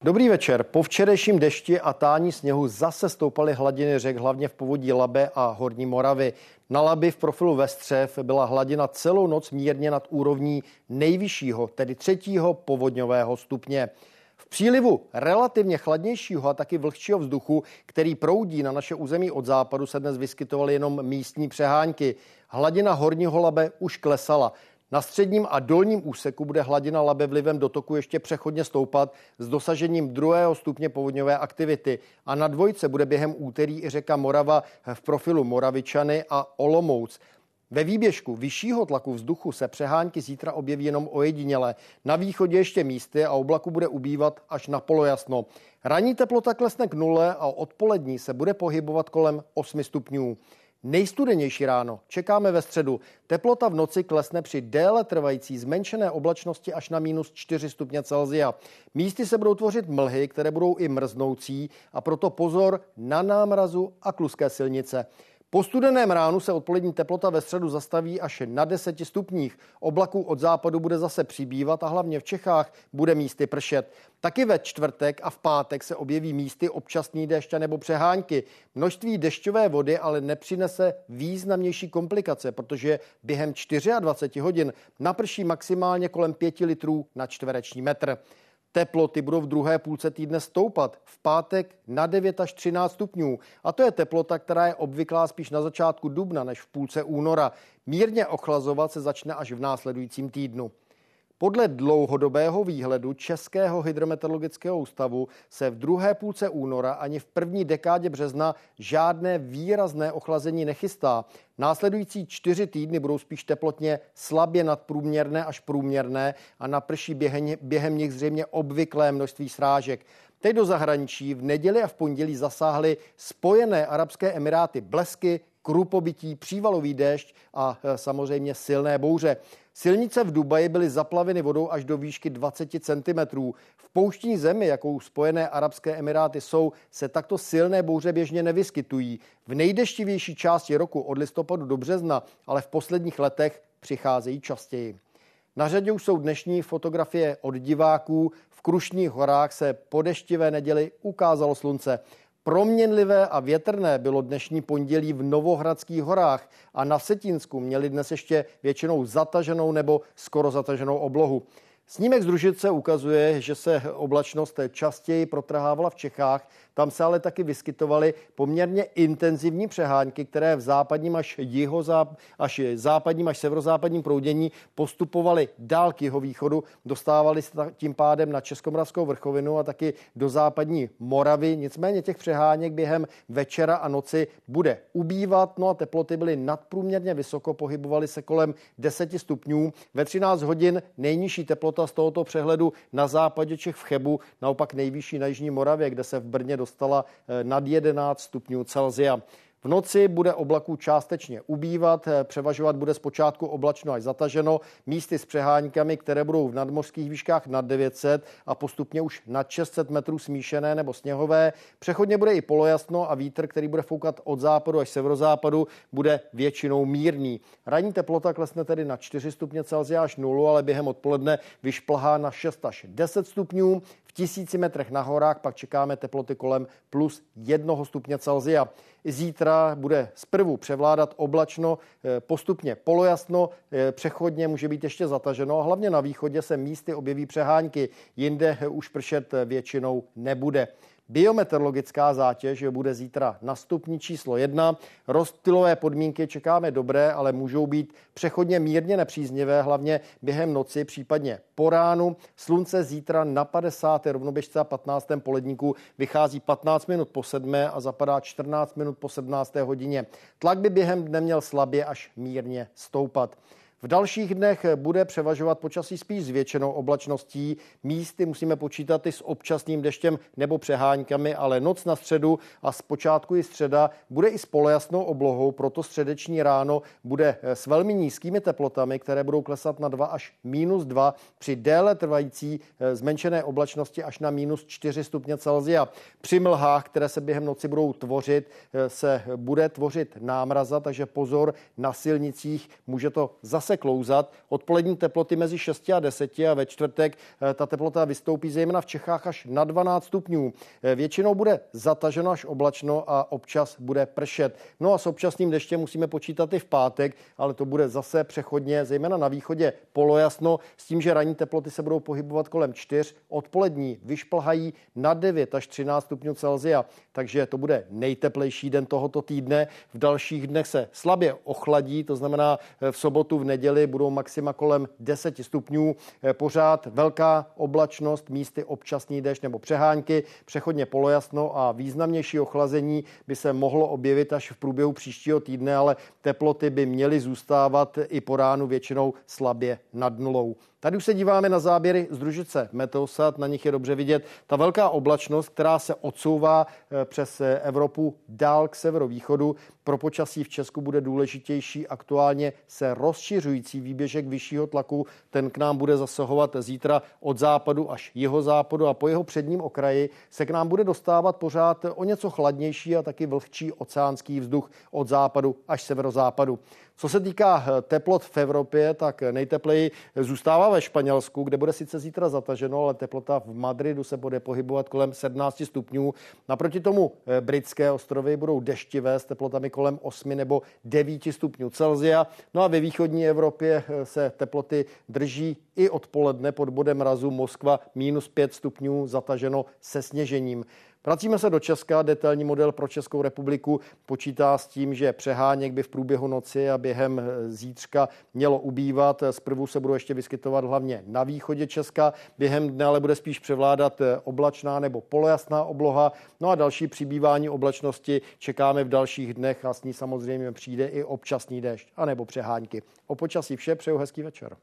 Dobrý večer. Po včerejším dešti a tání sněhu zase stoupaly hladiny řek, hlavně v povodí Labe a Horní Moravy. Na Labi v profilu Vestřev byla hladina celou noc mírně nad úrovní nejvyššího, tedy 3. povodňového stupně. V přílivu relativně chladnějšího a taky vlhčího vzduchu, který proudí na naše území od západu, se dnes vyskytovaly jenom místní přehánky. Hladina Horního Labe už klesala. Na středním a dolním úseku bude hladina Labe vlivem dotoku ještě přechodně stoupat s dosažením 2. stupně povodňové aktivity. A na dvojce bude během úterý i řeka Morava v profilu Moravičany a Olomouc. Ve výběžku vyššího tlaku vzduchu se přehánky zítra objeví jenom ojediněle. Na východě ještě místy a oblaku bude ubývat až na polojasno. Ranní teplota klesne k 0 a odpolední se bude pohybovat kolem 8 stupňů. Nejstudenější ráno čekáme ve středu. Teplota v noci klesne při déle trvající zmenšené oblačnosti až na -4 stupně Celsia. Místy se budou tvořit mlhy, které budou i mrznoucí, a proto pozor na námrazu a kluské silnice. Po studeném ránu se odpolední teplota ve středu zastaví až na 10 stupních. Oblaků od západu bude zase přibývat a hlavně v Čechách bude místy pršet. Taky ve čtvrtek a v pátek se objeví místy občasný déšť nebo přehánky. Množství dešťové vody ale nepřinese významnější komplikace, protože během 24 hodin naprší maximálně kolem 5 litrů na čtvereční metr. Teploty budou v druhé půlce týdne stoupat. V pátek na 9 až 13 stupňů. A to je teplota, která je obvyklá spíš na začátku dubna než v půlce února. Mírně ochlazovat se začne až v následujícím týdnu. Podle dlouhodobého výhledu Českého hydrometeorologického ústavu se v druhé půlce února ani v první dekádě března žádné výrazné ochlazení nechystá. Následující 4 týdny budou spíš teplotně slabě nadprůměrné až průměrné a naprší během nich zřejmě obvyklé množství srážek. Teď do zahraničí v neděli a v pondělí zasáhly Spojené arabské emiráty blesky, krupobytí, přívalový déšť a samozřejmě silné bouře. Silnice v Dubaji byly zaplaveny vodou až do výšky 20 cm. V pouštní zemi, jakou Spojené arabské emiráty jsou, se takto silné bouře běžně nevyskytují. V nejdeštivější části roku od listopadu do března, ale v posledních letech přicházejí častěji. Na řadě už jsou dnešní fotografie od diváků. V Krušných horách se po deštivé neděli ukázalo slunce. Proměnlivé a větrné bylo dnešní pondělí v Novohradských horách a na Vsetínsku měli dnes ještě většinou zataženou nebo skoro zataženou oblohu. Snímek z Družice ukazuje, že se oblačnost častěji protrhávala v Čechách, tam se ale taky vyskytovaly poměrně intenzivní přehánky, které v západním až západním až severozápadním proudění postupovaly dál k jihovýchodu, dostávaly se tím pádem na Českomoravskou vrchovinu a taky do západní Moravy. Nicméně těch přeháněk během večera a noci bude ubývat, no a teploty byly nadprůměrně vysoko, pohybovaly se kolem 10 stupňů. Ve 13 hodin nejnižší teplota z tohoto přehledu na západě Čech v Chebu, naopak nejvyšší na jižní Moravě, kde se v Brně dostala nad 11 stupňů Celsia. V noci bude oblaků částečně ubývat, převažovat bude zpočátku oblačno až zataženo, místy s přeháňkami, které budou v nadmořských výškách nad 900 a postupně už nad 600 metrů smíšené nebo sněhové. Přechodně bude i polojasno a vítr, který bude foukat od západu až severozápadu, bude většinou mírný. Ranní teplota klesne tedy na 4 stupně Celsia až 0, ale během odpoledne vyšplhá na 6 až 10 stupňů. V 1000 metrech na horách pak čekáme teploty kolem plus 1 stupně Celsia. Zítra bude zprvu převládat oblačno, postupně polojasno, přechodně může být ještě zataženo a hlavně na východě se místy objeví přehánky, jinde už pršet většinou nebude. Biometeorologická zátěž bude zítra na stupni číslo 1. Rozptylové podmínky čekáme dobré, ale můžou být přechodně mírně nepříznivé, hlavně během noci, případně po ránu. Slunce zítra na 50. rovnoběžce a 15. poledníku vychází 15 minut po 7. a zapadá 14 minut po 17. hodině. Tlak by během dne měl slabě až mírně stoupat. V dalších dnech bude převažovat počasí spíš zvětšenou oblačností. Místy musíme počítat i s občasným deštěm nebo přeháňkami, ale noc na středu a zpočátku i středa bude i s polojasnou oblohou, proto středeční ráno bude s velmi nízkými teplotami, které budou klesat na 2 až -2 při déle trvající zmenšené oblačnosti až na -4 stupně Celsia. Při mlhách, které se během noci budou tvořit, se bude tvořit námraza, takže pozor na silnicích, může to zase zase klouzat. Odpolední teploty mezi 6 a 10 a ve čtvrtek ta teplota vystoupí zejména v Čechách až na 12 stupňů. Většinou bude zataženo až oblačno a občas bude pršet. No a s občasným deštěm musíme počítat i v pátek, ale to bude zase přechodně, zejména na východě polojasno, s tím, že ranní teploty se budou pohybovat kolem 4, odpolední vyšplhají na 9 až 13 stupňů Celsia, takže to bude nejteplejší den tohoto týdne. V dalších dnech se slabě ochladí, to znamená v sobotu, v neděli budou maxima kolem 10 stupňů. Pořád velká oblačnost, místy občasný déšť nebo přehánky, přechodně polojasno a významnější ochlazení by se mohlo objevit až v průběhu příštího týdne, ale teploty by měly zůstávat i po ránu většinou slabě nad nulou. Tady už se díváme na záběry z družice Meteosat, na nich je dobře vidět ta velká oblačnost, která se odsouvá přes Evropu dál k severovýchodu. Pro počasí v Česku bude důležitější aktuálně se rozšiřující výběžek vyššího tlaku. Ten k nám bude zasahovat zítra od západu až jihozápadu a po jeho předním okraji se k nám bude dostávat pořád o něco chladnější a taky vlhčí oceánský vzduch od západu až severozápadu. Co se týká teplot v Evropě, tak nejtepleji zůstává ve Španělsku, kde bude sice zítra zataženo, ale teplota v Madridu se bude pohybovat kolem 17 stupňů. Naproti tomu britské ostrovy budou deštivé s teplotami kolem 8 nebo 9 stupňů Celsia. No a ve východní Evropě se teploty drží i odpoledne pod bodem mrazu. Moskva -5 stupňů, zataženo se sněžením. Vracíme se do Česka. Detailní model pro Českou republiku počítá s tím, že přeháněk by v průběhu noci a během zítřka mělo ubývat. Zprvu se budou ještě vyskytovat hlavně na východě Česka. Během dne ale bude spíš převládat oblačná nebo polojasná obloha. No a další přibývání oblačnosti čekáme v dalších dnech a s ní samozřejmě přijde i občasný déšť a nebo přehánky. O počasí vše, přeju hezký večer.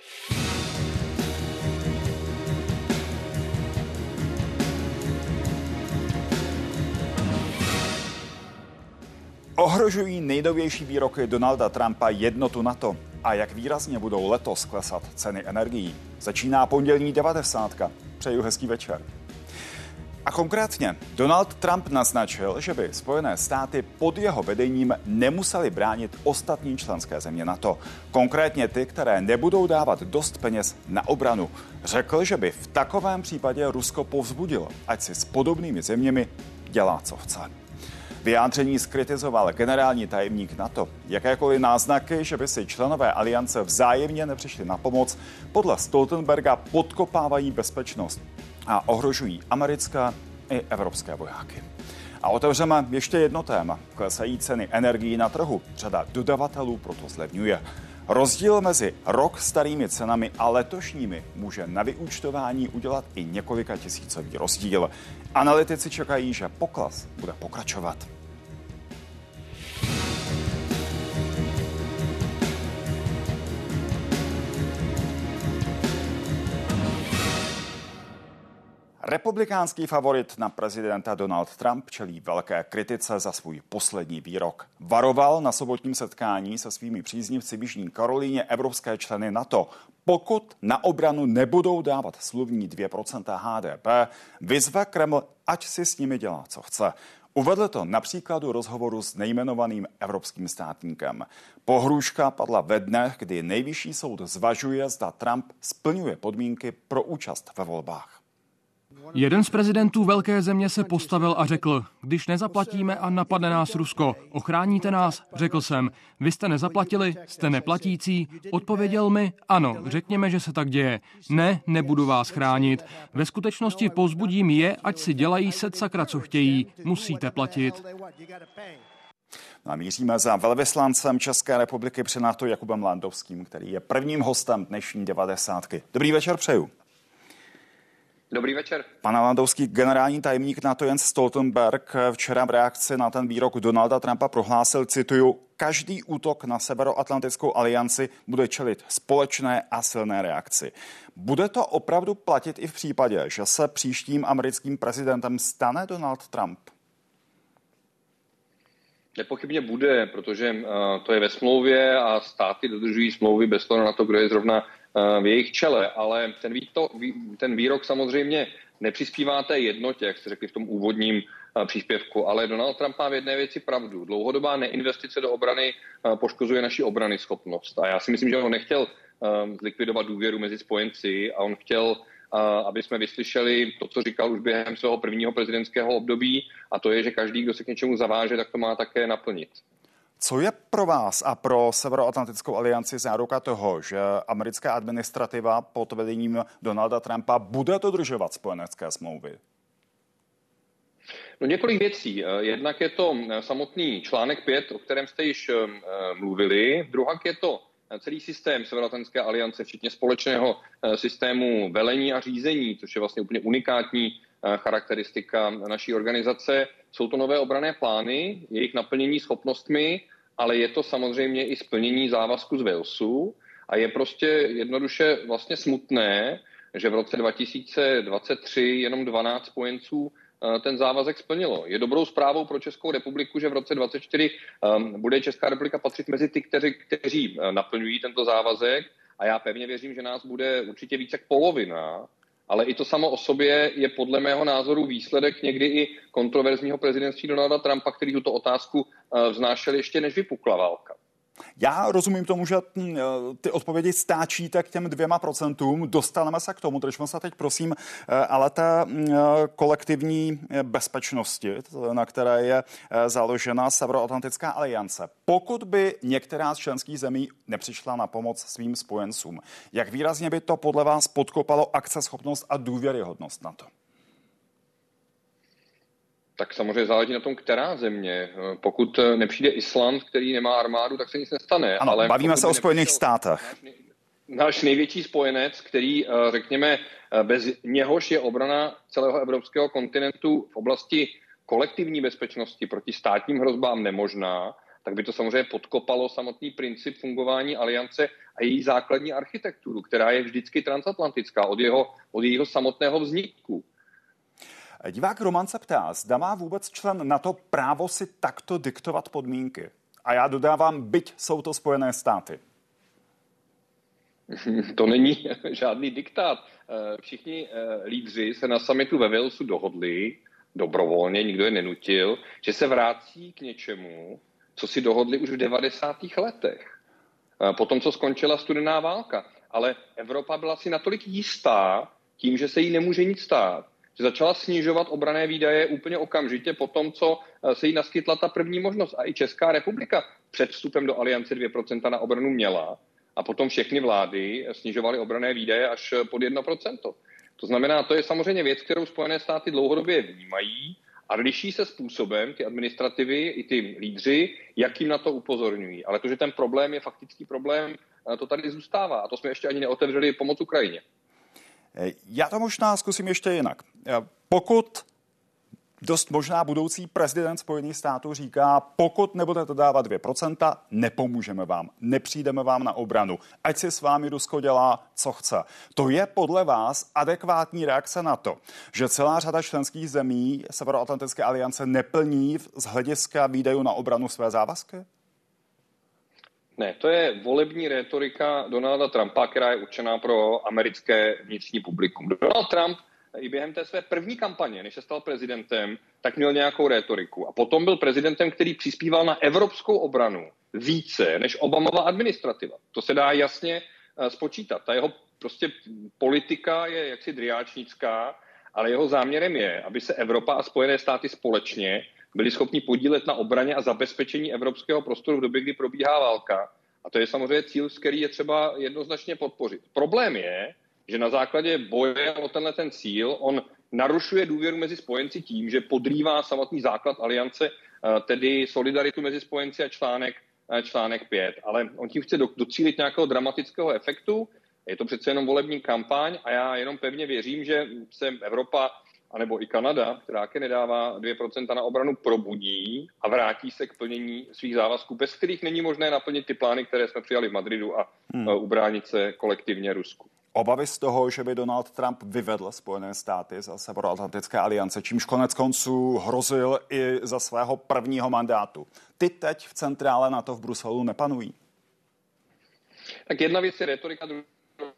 Ohrožují nejnovější výroky Donalda Trumpa jednotu NATO a jak výrazně budou letos klesat ceny energií. Začíná pondělní 90. Přeju hezký večer. A konkrétně Donald Trump naznačil, že by Spojené státy pod jeho vedením nemuseli bránit ostatní členské země NATO. Konkrétně ty, které nebudou dávat dost peněz na obranu. Řekl, že by v takovém případě Rusko povzbudilo, ať si s podobnými zeměmi dělá, co chce. Vyjádření zkritizoval generální tajemník NATO. Jakékoliv náznaky, že by si členové aliance vzájemně nepřišli na pomoc, podle Stoltenberga podkopávají bezpečnost a ohrožují americké i evropské vojáky. A otevřeme ještě jedno téma. Klesají ceny energií na trhu. Řada dodavatelů proto zlevňuje. Rozdíl mezi rok starými cenami a letošními může na vyúčtování udělat i několika tisícový rozdíl. Analytici čekají, že pokles bude pokračovat. Republikánský favorit na prezidenta Donald Trump čelí velké kritice za svůj poslední výrok. Varoval na sobotním setkání se svými příznivci v Jižní Karolíně evropské členy NATO. Pokud na obranu nebudou dávat sluvní 2% HDP, vyzve Kreml, ať si s nimi dělá, co chce. Uvedl to na příkladu rozhovoru s nejmenovaným evropským státníkem. Pohrůžka padla ve dnech, kdy nejvyšší soud zvažuje, zda Trump splňuje podmínky pro účast ve volbách. Jeden z prezidentů velké země se postavil a řekl, když nezaplatíme a napadne nás Rusko, ochráníte nás? Řekl jsem, vy jste nezaplatili, jste neplatící? Odpověděl mi, ano, řekněme, že se tak děje. Ne, nebudu vás chránit. Ve skutečnosti povzbudím je, ať si dělají sakra, co chtějí. Musíte platit. Namíříme za velvyslancem České republiky při NATO Jakubem Landovským, který je prvním hostem dnešní 90. Dobrý večer přeju. Dobrý večer. Pan Landowský, generální tajemník NATO Jens Stoltenberg, včera v reakci na ten výrok Donalda Trumpa prohlásil, cituju, každý útok na Severoatlantickou alianci bude čelit společné a silné reakci. Bude to opravdu platit i v případě, že se příštím americkým prezidentem stane Donald Trump? Nepochybně bude, protože to je ve smlouvě a státy dodržují smlouvy bez toho na to, kdo je zrovna v jejich čele, ale ten výrok samozřejmě nepřispívá té jednotě, jak jste řekli v tom úvodním příspěvku, ale Donald Trump má v jedné věci pravdu. Dlouhodobá neinvestice do obrany poškozuje naši obranyschopnost. A já si myslím, že on nechtěl zlikvidovat důvěru mezi spojenci a on chtěl, aby jsme vyslyšeli to, co říkal už během svého prvního prezidentského období, a to je, že každý, kdo se k něčemu zaváže, tak to má také naplnit. Co je pro vás a pro Severoatlantickou alianci záruka toho, že americká administrativa pod vedením Donalda Trumpa bude dodržovat spojenecké smlouvy? No, několik věcí. Jednak je to samotný článek 5, o kterém jste již mluvili. Druhak je to celý systém Severoatlantické aliance, včetně společného systému velení a řízení, což je vlastně úplně unikátní charakteristika naší organizace. Jsou to nové obranné plány, jejich naplnění schopnostmi, ale je to samozřejmě i splnění závazku z Walesu a je prostě jednoduše vlastně smutné, že v roce 2023 jenom 12 spojenců ten závazek splnilo. Je dobrou zprávou pro Českou republiku, že v roce 2024 bude Česká republika patřit mezi ty, kteří naplňují tento závazek, a já pevně věřím, že nás bude určitě více jak polovina, ale i to samo o sobě je podle mého názoru výsledek někdy i kontroverzního prezidentství Donalda Trumpa, který tuto otázku vznášel ještě než vypukla válka. Já rozumím tomu, že ty odpovědi stáčíte k těm 2%. Dostaneme se k tomu, držme se teď prosím, ale té kolektivní bezpečnosti, na které je založena Severoatlantická aliance. Pokud by některá z členských zemí nepřišla na pomoc svým spojencům, jak výrazně by to podle vás podkopalo akceschopnost a důvěryhodnost NATO? Tak samozřejmě záleží na tom, která země. Pokud nepřijde Island, který nemá armádu, tak se nic nestane. Ano, ale bavíme se o Spojených státech. Náš největší spojenec, který, řekněme, bez něhož je obrana celého evropského kontinentu v oblasti kolektivní bezpečnosti proti státním hrozbám nemožná, tak by to samozřejmě podkopalo samotný princip fungování aliance a její základní architekturu, která je vždycky transatlantická od jejího samotného vzniku. Divák Roman se ptá, zda má vůbec člen NATO právo si takto diktovat podmínky. A já dodávám, byť jsou to Spojené státy. To není žádný diktát. Všichni lídři se na summitu ve Walesu dohodli dobrovolně, nikdo je nenutil, že se vrátí k něčemu, co si dohodli už v 90. letech. Potom, co skončila studená válka. Ale Evropa byla si natolik jistá tím, že se jí nemůže nic stát, že začala snižovat obranné výdaje úplně okamžitě po tom, co se jí naskytla ta první možnost. A i Česká republika před vstupem do aliance 2% na obranu měla a potom všechny vlády snižovaly obranné výdaje až pod 1%. To znamená, to je samozřejmě věc, kterou Spojené státy dlouhodobě vnímají a liší se způsobem ty administrativy i ty lídři, jakým na to upozorňují. Ale to, že ten problém je faktický problém, to tady zůstává. A to jsme ještě ani neotevřeli pomoc Ukrajině. Já to možná zkusím ještě jinak. Pokud dost možná budoucí prezident Spojených států říká, pokud nebudete dávat 2%, nepomůžeme vám, nepřijdeme vám na obranu, ať si s vámi Rusko dělá, co chce. To je podle vás adekvátní reakce na to, že celá řada členských zemí Severoatlantické aliance neplní z hlediska výdajů na obranu své závazky? Ne, to je volební rétorika Donalda Trumpa, která je určená pro americké vnitřní publikum. Donald Trump i během té své první kampaně, než se stal prezidentem, tak měl nějakou rétoriku. A potom byl prezidentem, který přispíval na evropskou obranu více než Obamova administrativa. To se dá jasně spočítat. Ta jeho prostě politika je jaksi driáčnická, ale jeho záměrem je, aby se Evropa a Spojené státy společně byli schopni podílet na obraně a zabezpečení evropského prostoru v době, kdy probíhá válka. A to je samozřejmě cíl, který je třeba jednoznačně podpořit. Problém je, že na základě boje o tenhle ten cíl on narušuje důvěru mezi spojenci tím, že podrývá samotný základ aliance, tedy solidaritu mezi spojenci a článek 5. Ale on tím chce docílit nějakého dramatického efektu. Je to přece jenom volební kampaň a já jenom pevně věřím, že se Evropa anebo i Kanada, která také nedává 2% na obranu, probudí a vrátí se k plnění svých závazků, bez kterých není možné naplnit ty plány, které jsme přijali v Madridu a ubránit se kolektivně Rusku. Obavy z toho, že by Donald Trump vyvedl Spojené státy za Severoatlantické aliance, čímž konec konců hrozil i za svého prvního mandátu. Ty teď v centrále NATO v Bruselu nepanují? Tak jedna věc je retorika, druhá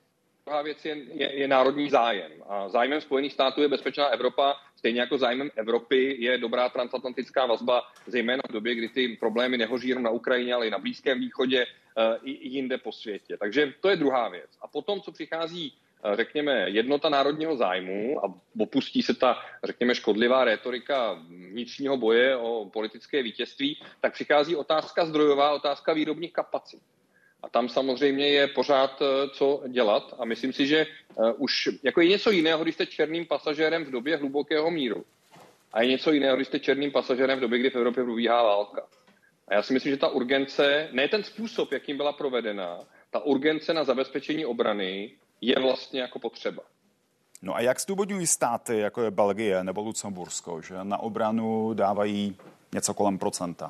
druhá věc je národní zájem. A zájmem Spojených států je bezpečná Evropa, stejně jako zájmem Evropy je dobrá transatlantická vazba, zejména v době, kdy ty problémy nehoří jenom na Ukrajině, ale i na Blízkém východě, i jinde po světě. Takže to je druhá věc. A potom, co přichází, řekněme, jednota národního zájmu a opustí se ta, řekněme, škodlivá rétorika vnitřního boje o politické vítězství, tak přichází otázka zdrojová, otázka výrobních kapacit. A tam samozřejmě je pořád co dělat a myslím si, že už jako je něco jiného, když jste černým pasažérem v době hlubokého míru. A je něco jiného, když jste černým pasažérem v době, kdy v Evropě probíhá válka. A já si myslím, že ta urgence, ne ten způsob, jakým byla provedena, ta urgence na zabezpečení obrany je vlastně jako potřeba. No a jak zdůvodňují státy, jako je Belgie nebo Lucembursko, že na obranu dávají něco kolem procenta?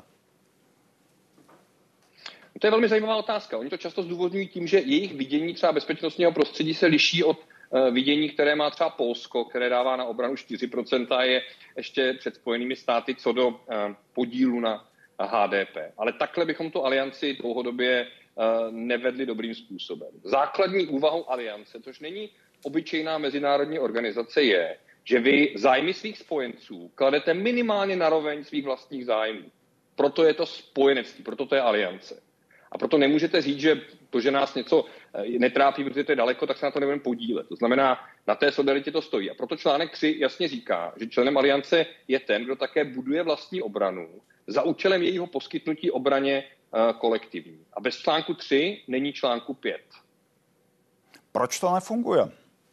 To je velmi zajímavá otázka. Oni to často zdůvodňují tím, že jejich vidění třeba bezpečnostního prostředí se liší od vidění, které má třeba Polsko, které dává na obranu 4% a je ještě před Spojenými státy co do podílu na HDP. Ale takhle bychom tu alianci dlouhodobě nevedli dobrým způsobem. Základní úvahou aliance, což není obyčejná mezinárodní organizace, je, že vy zájmy svých spojenců kladete minimálně na roveň svých vlastních zájmů. Proto je to spojenectví, proto to je aliance. A proto nemůžete říct, že to, že nás něco netrápí, protože to je daleko, tak se na to nebudeme podílet. To znamená, na té solidaritě to stojí. A proto článek 3 jasně říká, že členem aliance je ten, kdo také buduje vlastní obranu za účelem jejího poskytnutí obraně kolektivní. A bez článku 3 není článku 5. Proč to nefunguje?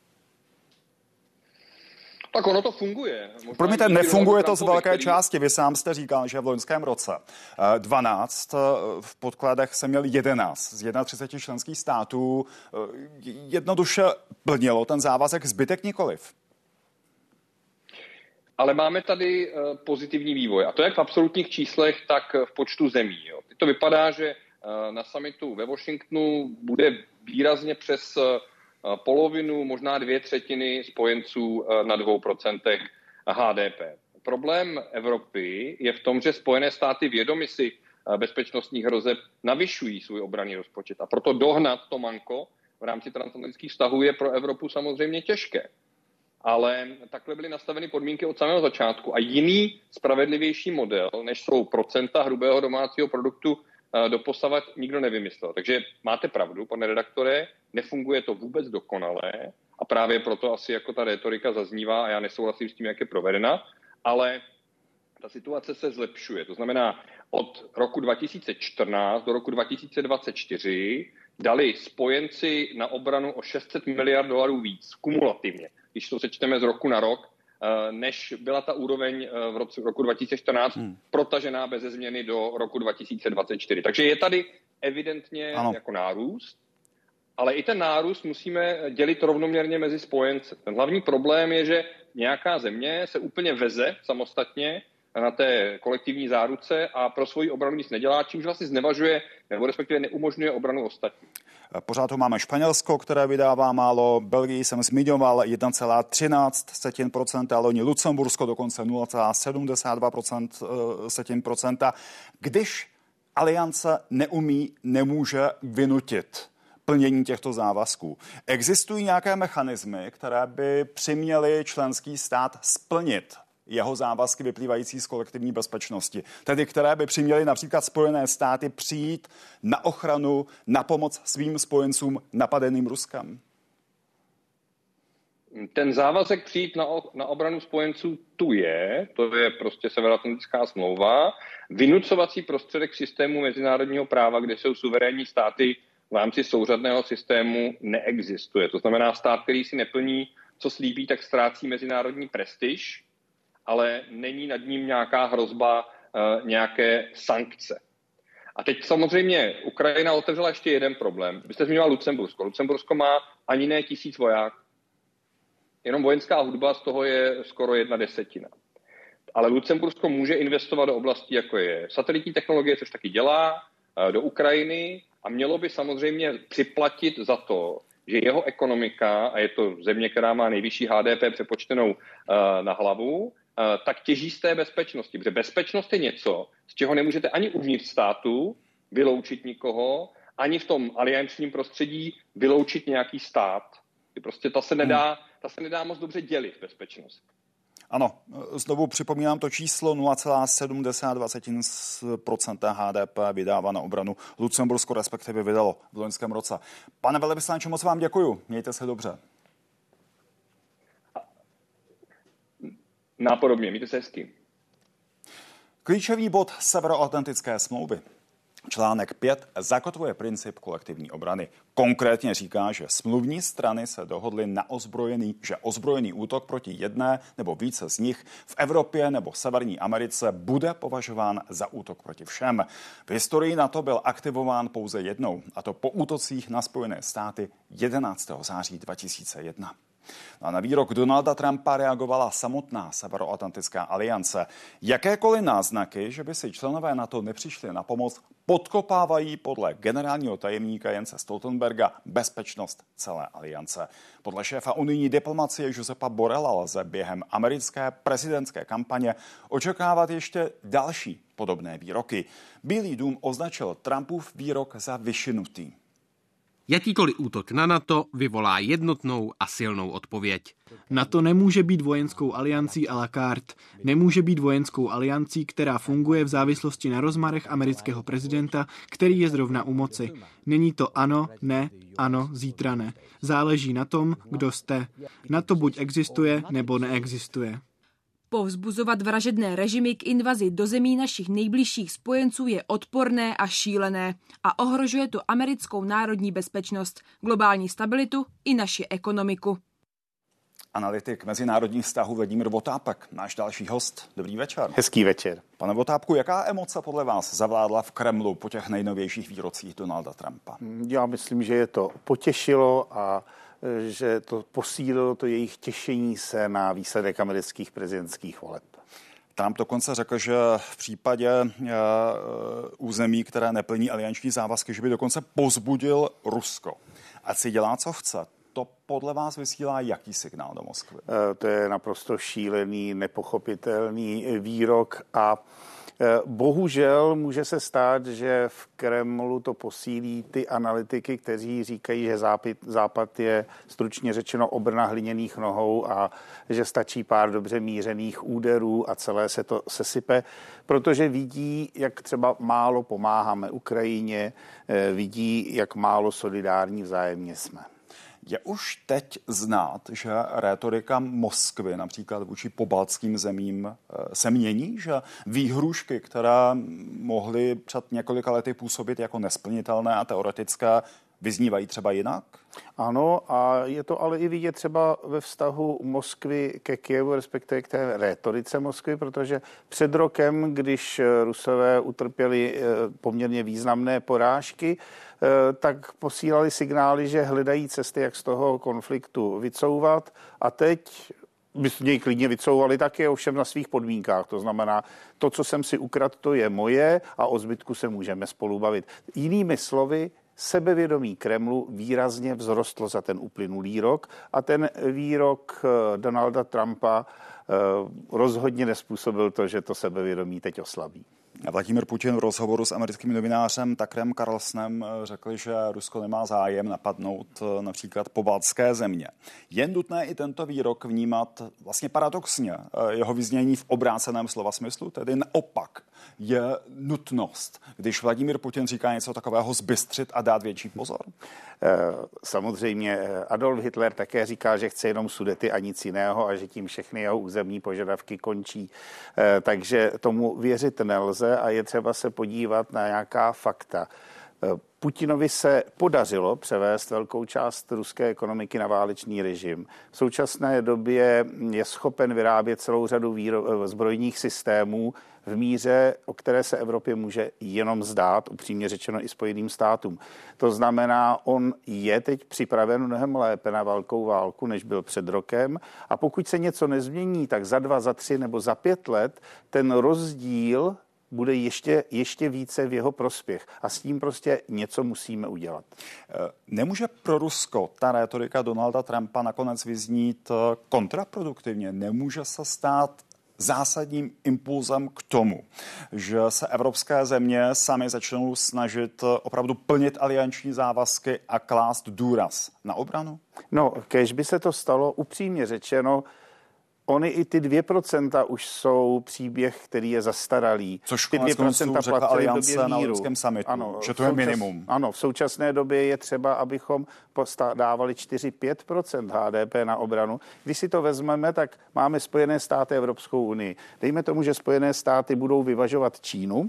Tak ono to funguje. Promiňte, nefunguje to z velké části. Vy sám jste říkal, že v loňském roce 12, v podkladech se měl 11 z 31 členských států. Jednoduše plnilo ten závazek, zbytek nikoliv. Ale máme tady pozitivní vývoj. A to jak v absolutních číslech, tak v počtu zemí. Jo. Teď to vypadá, že na summitu ve Washingtonu bude výrazně přes polovinu, možná 2/3 spojenců na 2% HDP. Problém Evropy je v tom, že Spojené státy vědomi si bezpečnostních hrozeb navyšují svůj obranný rozpočet. A proto dohnat to manko v rámci transatlantických vztahů je pro Evropu samozřejmě těžké. Ale takhle byly nastaveny podmínky od samého začátku. A jiný spravedlivější model, než jsou procenta hrubého domácího produktu, doposavat nikdo nevymyslel. Takže máte pravdu, pane redaktore, nefunguje to vůbec dokonale a právě proto asi jako ta rétorika zaznívá a já nesouhlasím s tím, jak je provedena, ale ta situace se zlepšuje. To znamená, od roku 2014 do roku 2024 dali spojenci na obranu o $600 miliard víc kumulativně, když to sečteme z roku na rok, než byla ta úroveň v roku 2014 protažená beze změny do roku 2024. Takže je tady evidentně jako nárůst, ale i ten nárůst musíme dělit rovnoměrně mezi spojence. Ten hlavní problém je, že nějaká země se úplně veze samostatně na té kolektivní záruce a pro svoji obranu nic nedělá, čímž vlastně znevažuje nebo respektive neumožňuje obranu ostatní. Pořád tu máme Španělsko, které vydává málo, Belgii jsem zmiňoval 1,13%, loni Lucembursko dokonce 0,72%. Když aliance nemůže vynutit plnění těchto závazků, existují nějaké mechanismy, které by přiměly členský stát splnit jeho závazky vyplývající z kolektivní bezpečnosti, tedy které by přiměly například Spojené státy přijít na ochranu, na pomoc svým spojencům napadeným Ruskem? Ten závazek přijít na obranu spojenců tu je, to je prostě Severoatlantická smlouva, vynucovací prostředek systému mezinárodního práva, kde jsou suverénní státy v rámci souřadného systému, neexistuje. To znamená, stát, který si neplní, co slíbí, tak ztrácí mezinárodní prestiž, ale není nad ním nějaká hrozba, nějaké sankce. A teď samozřejmě Ukrajina otevřela ještě jeden problém. Vy jste zmiňoval Lucembursko. Lucembursko má ani ne 1000 vojáků. Jenom vojenská hudba z toho je skoro 1/10. Ale Lucembursko může investovat do oblastí, jako je satelitní technologie, což taky dělá, do Ukrajiny a mělo by samozřejmě připlatit za to, že jeho ekonomika, a je to země, která má nejvyšší HDP přepočtenou na hlavu, tak těží z té bezpečnosti. Protože bezpečnost je něco, z čeho nemůžete ani uvnitř státu vyloučit nikoho, ani v tom aliančním prostředí vyloučit nějaký stát. Prostě ta se nedá moc dobře dělit, bezpečnost. Ano, znovu připomínám to číslo 0,72% HDP vydává na obranu Lucembursko, respektive vydalo v loňském roce. Pane velvyslanče, moc vám děkuju. Mějte se dobře. Nápodobně, mějte se hezky. Klíčový bod Severoatlantické smlouvy. Článek 5 zakotvuje princip kolektivní obrany. Konkrétně říká, že smluvní strany se dohodly na ozbrojený útok proti jedné nebo více z nich v Evropě nebo Severní Americe bude považován za útok proti všem. V historii NATO byl aktivován pouze jednou, a to po útocích na Spojené státy 11. září 2001. A na výrok Donalda Trumpa reagovala samotná Severoatlantická aliance. Jakékoliv náznaky, že by si členové NATO nepřišli na pomoc, podkopávají podle generálního tajemníka Jense Stoltenberga bezpečnost celé aliance. Podle šéfa unijní diplomacie Josepa Borrella lze během americké prezidentské kampaně očekávat ještě další podobné výroky. Bílý dům označil Trumpův výrok za vyšinutý. Jakýkoliv útok na NATO vyvolá jednotnou a silnou odpověď. NATO nemůže být vojenskou aliancí à la carte. Nemůže být vojenskou aliancí, která funguje v závislosti na rozmarech amerického prezidenta, který je zrovna u moci. Není to ano, ne, ano, zítra ne. Záleží na tom, kdo jste. NATO buď existuje, nebo neexistuje. Povzbuzovat vražedné režimy k invazi do zemí našich nejbližších spojenců je odporné a šílené a ohrožuje to americkou národní bezpečnost, globální stabilitu i naši ekonomiku. Analytik mezinárodních vztahů Vladimír Votápek, náš další host. Dobrý večer. Hezký večer. Pane Votápku, jaká emoce podle vás zavládla v Kremlu po těch nejnovějších výrocích Donalda Trumpa? Já myslím, že je to potěšilo a že to posílilo to jejich těšení se na výsledek amerických prezidentských voleb. Trump dokonce řekl, že v případě území, které neplní alianční závazky, že by dokonce povzbudil Rusko. Ať si dělá, co chce. To podle vás vysílá jaký signál do Moskvy? To je naprosto šílený, nepochopitelný výrok a bohužel může se stát, že v Kremlu to posílí ty analytiky, kteří říkají, že Západ je stručně řečeno obrna hliněných nohou a že stačí pár dobře mířených úderů a celé se to sesype, protože vidí, jak třeba málo pomáháme Ukrajině, vidí, jak málo solidární vzájemně jsme. Je už teď znát, že rétorika Moskvy například vůči pobaltským zemím se mění, že výhrůžky, které mohly před několika lety působit jako nesplnitelné a teoretické, vyznívají třeba jinak? Ano, a je to ale i vidět třeba ve vztahu Moskvy ke Kyjevu, respektive k té rétorice Moskvy, protože před rokem, když Rusové utrpěli poměrně významné porážky, tak posílali signály, že hledají cesty, jak z toho konfliktu vycouvat, a teď by z něj klidně vycouvali taky, ovšem na svých podmínkách. To znamená, to, co jsem si ukradl, to je moje a o zbytku se můžeme spolu bavit. Jinými slovy, sebevědomí Kremlu výrazně vzrostlo za ten uplynulý rok a ten výrok Donalda Trumpa rozhodně nezpůsobil to, že to sebevědomí teď oslabí. Vladimír Putin v rozhovoru s americkým novinářem Tuckerem Carlsonem řekl, že Rusko nemá zájem napadnout například pobaltské země. Je nutné i tento výrok vnímat vlastně paradoxně, jeho vyznění v obráceném slova smyslu, tedy naopak je nutnost, když Vladimír Putin říká něco takového, zbystřit a dát větší pozor? Samozřejmě Adolf Hitler také říká, že chce jenom Sudety a nic jiného a že tím všechny jeho územní požadavky končí. Takže tomu věřit nelze a je třeba se podívat na nějaká fakta. Putinovi se podařilo převést velkou část ruské ekonomiky na válečný režim. V současné době je schopen vyrábět celou řadu zbrojních systémů v míře, o které se Evropě může jenom zdát, upřímně řečeno i Spojeným státům. To znamená, on je teď připraven mnohem lépe na velkou válku, než byl před rokem, a pokud se něco nezmění, tak za 2, za 3 nebo za 5 let ten rozdíl bude ještě více v jeho prospěch. A s tím prostě něco musíme udělat. Nemůže pro Rusko ta rétorika Donalda Trumpa nakonec vyznít kontraproduktivně? Nemůže se stát zásadním impulzem k tomu, že se evropské země sami začnou snažit opravdu plnit alianční závazky a klást důraz na obranu? No, kéž by se to stalo, upřímně řečeno, Ony i ty 2% už jsou příběh, který je zastaralý. Což ty 2% řekla Aliance na lidském summitu, ano, že to je minimum. Ano, v současné době je třeba, abychom dávali 4-5% HDP na obranu. Když si to vezmeme, tak máme Spojené státy a Evropskou unii. Dejme tomu, že Spojené státy budou vyvažovat Čínu,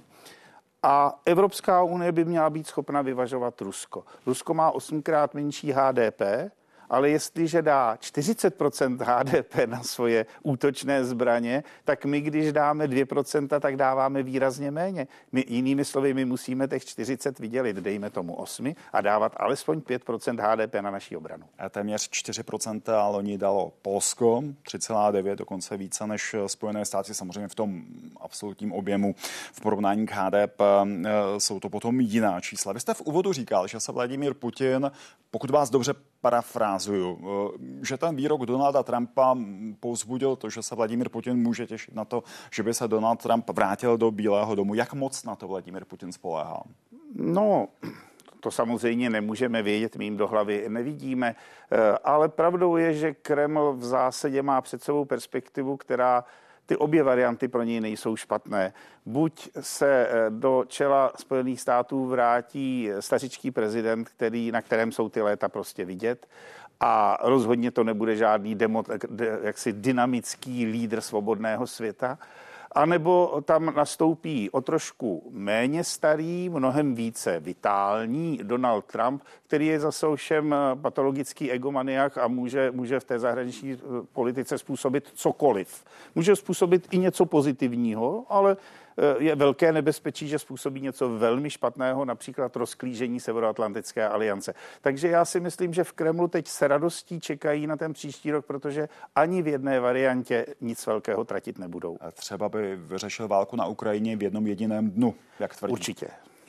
a Evropská unie by měla být schopna vyvažovat Rusko. Rusko má 8krát menší HDP, ale jestliže dá 40% HDP na svoje útočné zbraně, tak my, když dáme 2%, tak dáváme výrazně méně. Jinými slovy, my musíme těch 40 vydělit, dejme tomu 8 a dávat alespoň 5% HDP na naší obranu. A téměř 4% loni dalo Polsko, 3,9, dokonce více než Spojené státy, samozřejmě v tom absolutním objemu v porovnání k HDP jsou to potom jiná čísla. Vy jste v úvodu říkal, že se Vladimír Putin, pokud vás dobře parafrázuju, že ten výrok Donalda Trumpa povzbudil to, že se Vladimír Putin může těšit na to, že by se Donald Trump vrátil do Bílého domu. Jak moc na to Vladimír Putin spoléhá? No, to samozřejmě nemůžeme vědět, my jim do hlavy nevidíme, ale pravdou je, že Kreml v zásadě má před sebou perspektivu, která ty obě varianty pro něj nejsou špatné. Buď se do čela Spojených států vrátí stařičký prezident, na kterém jsou ty léta prostě vidět, a rozhodně to nebude žádný jaksi dynamický lídr svobodného světa, anebo tam nastoupí o trošku méně starý, mnohem více vitální Donald Trump, který je zase ovšem patologický egomaniak a může v té zahraniční politice způsobit cokoliv. Může způsobit i něco pozitivního, ale je velké nebezpečí, že způsobí něco velmi špatného, například rozklížení Severoatlantické aliance. Takže já si myslím, že v Kremlu teď se radostí čekají na ten příští rok, protože ani v jedné variantě nic velkého tratit nebudou. A třeba by vyřešil válku na Ukrajině v jednom jediném dnu, jak tvrdí. Určitě.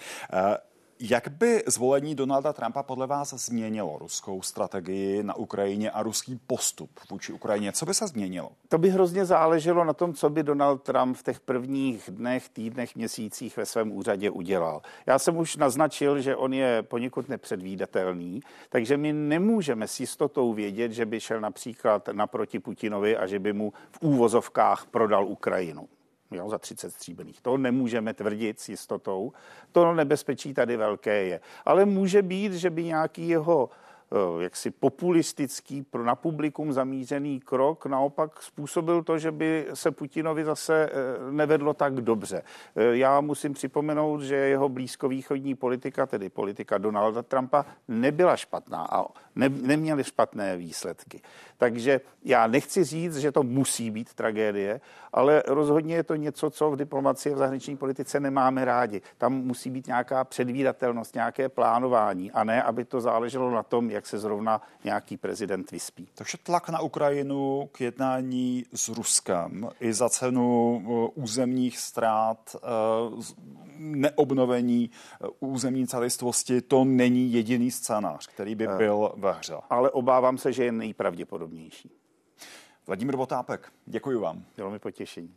Jak by zvolení Donalda Trumpa podle vás změnilo ruskou strategii na Ukrajině a ruský postup vůči Ukrajině? Co by se změnilo? To by hrozně záleželo na tom, co by Donald Trump v těch prvních dnech, týdnech, měsících ve svém úřadě udělal. Já jsem už naznačil, že on je poněkud nepředvídatelný, takže my nemůžeme s jistotou vědět, že by šel například naproti Putinovi a že by mu v úvozovkách prodal Ukrajinu. Jo, za 30 stříbrných. To nemůžeme tvrdit s jistotou. To nebezpečí tady velké je. Ale může být, že by nějaký jeho jaksi populistický, na publikum zamířený krok naopak způsobil to, že by se Putinovi zase nevedlo tak dobře. Já musím připomenout, že jeho blízkovýchodní politika, tedy politika Donalda Trumpa, nebyla špatná a neměly špatné výsledky. Takže já nechci říct, že to musí být tragédie, ale rozhodně je to něco, co v diplomacii a v zahraniční politice nemáme rádi. Tam musí být nějaká předvídatelnost, nějaké plánování a ne, aby to záleželo na tom, jak se zrovna nějaký prezident vyspí. Takže tlak na Ukrajinu k jednání s Ruskem i za cenu územních ztrát, neobnovení územní celistvosti, to není jediný scénář, který by byl ve hře. Ale obávám se, že je nejpravděpodobnější. Vladimír Votápek, děkuji vám. Bylo mi potěšení.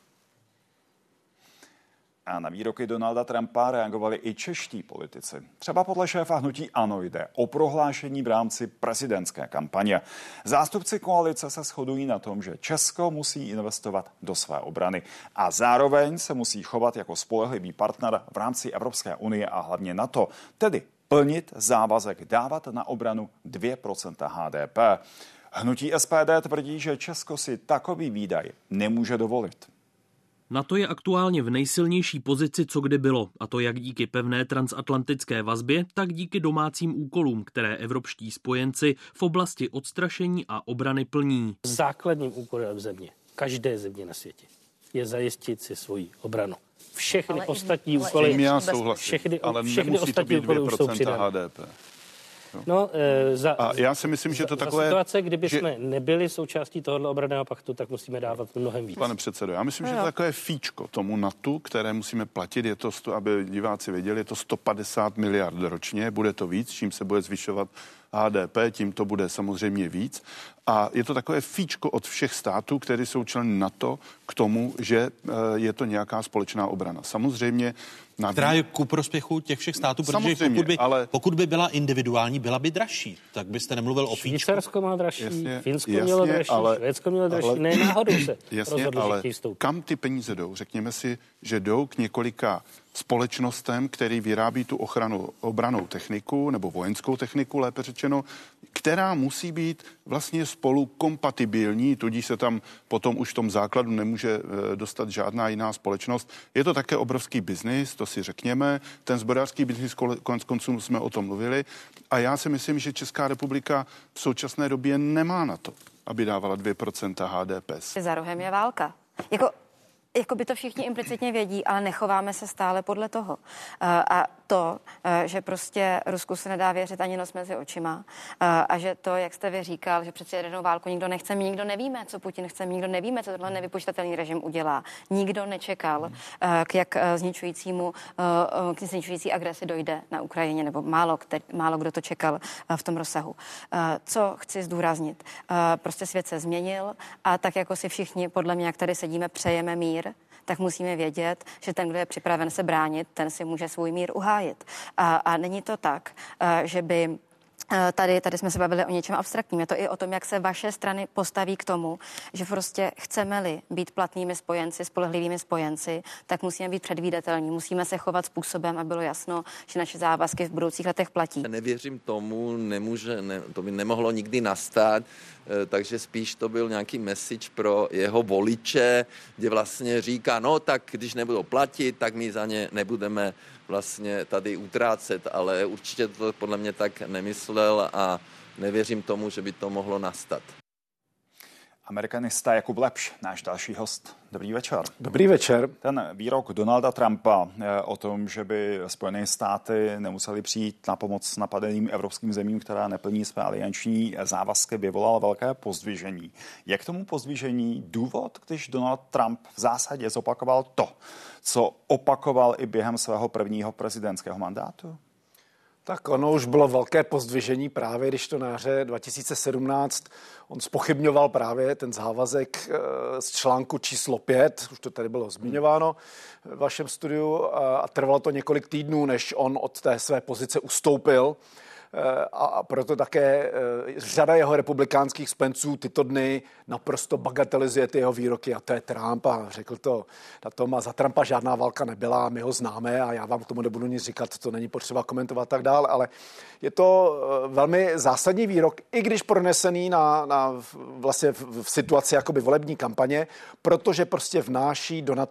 A na výroky Donalda Trumpa reagovali i čeští politici. Třeba podle šéfa hnutí ANO jde o prohlášení v rámci prezidentské kampaně. Zástupci koalice se shodují na tom, že Česko musí investovat do své obrany a zároveň se musí chovat jako spolehlivý partner v rámci Evropské unie a hlavně NATO, tedy plnit závazek dávat na obranu 2% HDP. Hnutí SPD tvrdí, že Česko si takový výdaj nemůže dovolit. NATO je aktuálně v nejsilnější pozici, co kdy bylo, a to jak díky pevné transatlantické vazbě, tak díky domácím úkolům, které evropští spojenci v oblasti odstrašení a obrany plní. Základním úkolem země, každé země na světě, je zajistit si svoji obranu. Všechny ostatní úkoly, všechny ostatní úkoly už jsou přidány. No, a já si myslím, že to takové... Za situace, kdyby jsme nebyli součástí tohoto obranného paktu, tak musíme dávat mnohem víc. Pane předsedo, já myslím, že to je takové fíčko tomu NATO, které musíme platit, je to, aby diváci věděli, je to 150 miliard ročně, bude to víc, čím se bude zvyšovat HDP, tím to bude samozřejmě víc. A je to takové fíčko od všech států, které jsou členy NATO, k tomu, že je to nějaká společná obrana. Samozřejmě která je ku prospěchu těch všech států, protože pokud by byla individuální, byla by dražší. Tak byste nemluvil o fíčku. Švýcarsko má dražší, Finsko mělo dražší, Švédsko mělo dražší. Ne, náhodou se rozhodli, že chtějí vstoupit. Kam ty peníze jdou? Řekněme si, že jdou k několika společnostem, který vyrábí tu obranou techniku, nebo vojenskou techniku, lépe řečeno, která musí být vlastně spolu kompatibilní, tudíž se tam potom už v tom základu nemůže dostat žádná jiná společnost. Je to také obrovský biznis, to si řekněme. Ten zbrojařský biznis, konec konců jsme o tom mluvili. A já si myslím, že Česká republika v současné době nemá na to, aby dávala 2% HDP. Za rohem je válka. Jako by to všichni implicitně vědí, ale nechováme se stále podle toho. A to, že prostě Rusku se nedá věřit ani nos mezi očima a že to, jak jste vy říkal, že přeci jadernou válku nikdo nechce, my nikdo nevíme, co Putin chce, nikdo nevíme, co tohle nevypočitatelný režim udělá. Nikdo nečekal, k zničující agresi dojde na Ukrajině, nebo málo kdo to čekal v tom rozsahu. Co chci zdůraznit? Prostě svět se změnil a tak jako si všichni, podle mě, jak tady sedíme, přejeme mír, tak musíme vědět, že ten, kdo je připraven se bránit, ten si může svůj mír uhájit. A není to tak, že by Tady jsme se bavili o něčem abstraktním. Je to i o tom, jak se vaše strany postaví k tomu, že prostě chceme-li být platnými spojenci, spolehlivými spojenci, tak musíme být předvídatelní. Musíme se chovat způsobem, aby bylo jasno, že naše závazky v budoucích letech platí. Nevěřím tomu, to by nemohlo nikdy nastat, takže spíš to byl nějaký message pro jeho voliče, kde vlastně říká, no tak když nebudou platit, tak my za ně nebudeme vlastně tady utrácet, ale určitě to podle mě tak nemyslel a nevěřím tomu, že by to mohlo nastat. Amerikanista Jakub Lepš, náš další host. Dobrý večer. Dobrý večer. Ten výrok Donalda Trumpa o tom, že by Spojené státy nemuseli přijít na pomoc napadeným evropským zemím, která neplní své alianční závazky, vyvolal velké pozdvižení. Je k tomu pozdvižení důvod, když Donald Trump v zásadě zopakoval to, co opakoval i během svého prvního prezidentského mandátu? Tak ono už bylo velké pozdvižení právě, když to na jaře 2017 on zpochybňoval právě ten závazek z článku číslo 5, už to tady bylo zmiňováno v vašem studiu a trvalo to několik týdnů, než on od té své pozice ustoupil. A proto také řada jeho republikánských spojenců tyto dny naprosto bagatelizuje ty jeho výroky a to je Trump a řekl to na tom a za Trumpa žádná válka nebyla, my ho známe a já vám k tomu nebudu nic říkat, to není potřeba komentovat tak dále, ale je to velmi zásadní výrok, i když pronesený vlastně v situaci jakoby volební kampaně, protože prostě vnáší do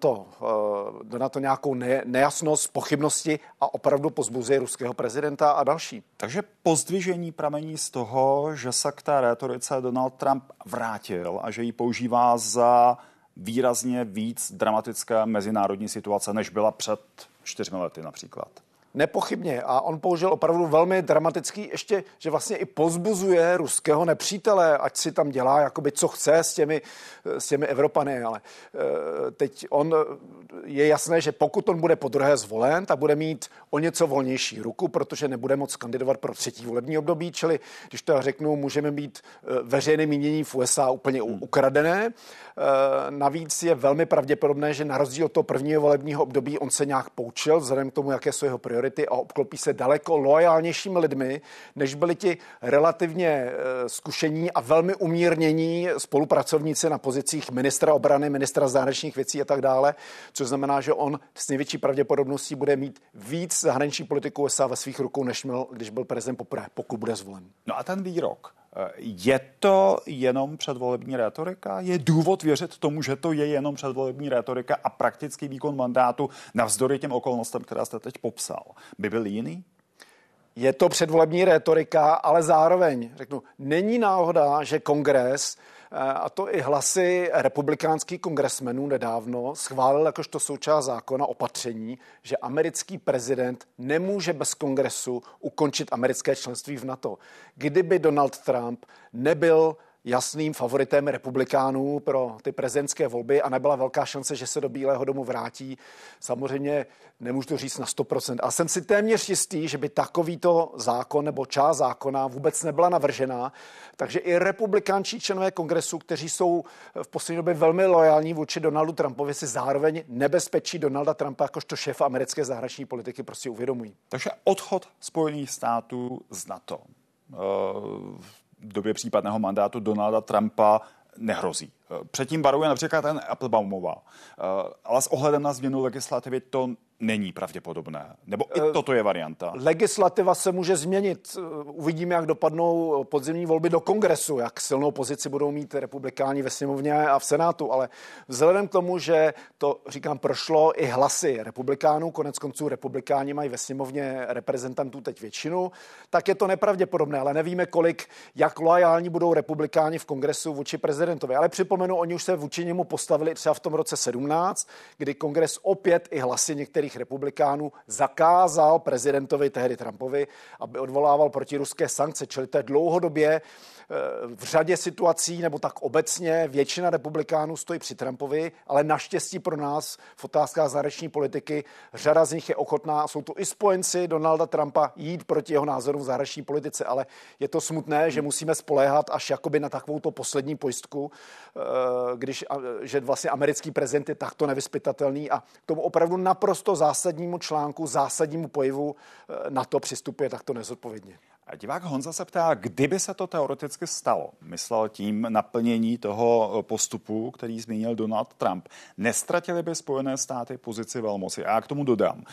NATO nějakou nejasnost, pochybnosti a opravdu pozbuzuje ruského prezidenta a další. Takže pozdvižení pramení z toho, že se k té rétorice Donald Trump vrátil a že ji používá za výrazně víc dramatické mezinárodní situace, než byla před 4 lety například. Nepochybně. A on použil opravdu velmi dramatický ještě, že vlastně i pozbuzuje ruského nepřítele, ať si tam dělá jakoby co chce s těmi Evropany. Ale teď je jasné, že pokud on bude podruhé zvolen, tak bude mít o něco volnější ruku, protože nebude moc kandidovat pro 3. volební období, čili když to řeknu, můžeme být veřejné mínění v USA úplně ukradené. Navíc je velmi pravděpodobné, že na rozdíl od toho prvního volebního období on se nějak poučil, vzhledem k tomu, jaké jsou jeho priority a obklopí se daleko loajálnějšími lidmi, než byli ti relativně zkušení a velmi umírnění spolupracovníci na pozicích ministra obrany, ministra zahraničních věcí a tak dále, což znamená, že on s největší pravděpodobností bude mít víc zahraniční politiku USA ve svých rukou, než měl, když byl prezident poprvé, pokud bude zvolen. No a ten výrok, je to jenom předvolební rétorika? Je důvod věřit tomu, že to je jenom předvolební rétorika a praktický výkon mandátu navzdory těm okolnostem, které jste teď popsal, by byl jiný? Je to předvolební rétorika, ale zároveň, řeknu, není náhoda, že Kongres, a to i hlasy republikánských kongresmenů nedávno, schválil jakožto součást zákona opatření, že americký prezident nemůže bez kongresu ukončit americké členství v NATO. Kdyby Donald Trump nebyl jasným favoritem republikánů pro ty prezidentské volby a nebyla velká šance, že se do Bílého domu vrátí. Samozřejmě nemůžu to říct na 100%, ale jsem si téměř jistý, že by takovýto zákon nebo část zákona vůbec nebyla navržená. Takže i republikánští členové kongresu, kteří jsou v poslední době velmi loajální vůči Donaldu Trumpovi, si zároveň nebezpečí Donalda Trumpa jakožto šéfa americké zahraniční politiky prostě uvědomují. Takže odchod Spojených států z NATO v době případného mandátu Donalda Trumpa nehrozí. Předtím varuje například ten Applebaumová. Ale s ohledem na změnu legislativy to není pravděpodobné. Nebo i toto je varianta. Legislativa se může změnit. Uvidíme, jak dopadnou podzimní volby do kongresu, jak silnou pozici budou mít republikáni ve sněmovně a v senátu. Ale vzhledem k tomu, že to, říkám, prošlo i hlasy republikánů, konec konců republikáni mají ve sněmovně reprezentantů teď většinu, tak je to nepravděpodobné. Ale nevíme, jak loajální budou republikáni v kongresu vůči prezidentovi. Ale připomenu, oni už se vůči němu postavili třeba v tom roce 17, kdy kongres opět i hlasy některých republikánů zakázal prezidentovi, tehdy Trumpovi, aby odvolával protiruské sankce. Čili to je dlouhodobě v řadě situací, nebo tak obecně většina republikánů stojí při Trumpovi, ale naštěstí pro nás v otázkách zahraniční politiky řada z nich je ochotná, jsou to i spojenci Donalda Trumpa, jít proti jeho názorům v zahraniční politice, ale je to smutné, že musíme spoléhat až jakoby na takovouto poslední pojistku, že vlastně americký prezident je takto nevyzpytatelný a k tomu opravdu naprosto zásadnímu článku, zásadnímu pojivu na to přistupuje takto nezodpovědně. A divák Honza se ptá, kdyby se to teoreticky stalo, myslel tím naplnění toho postupu, který zmínil Donald Trump, nestratili by Spojené státy pozici velmoci. A já k tomu dodám,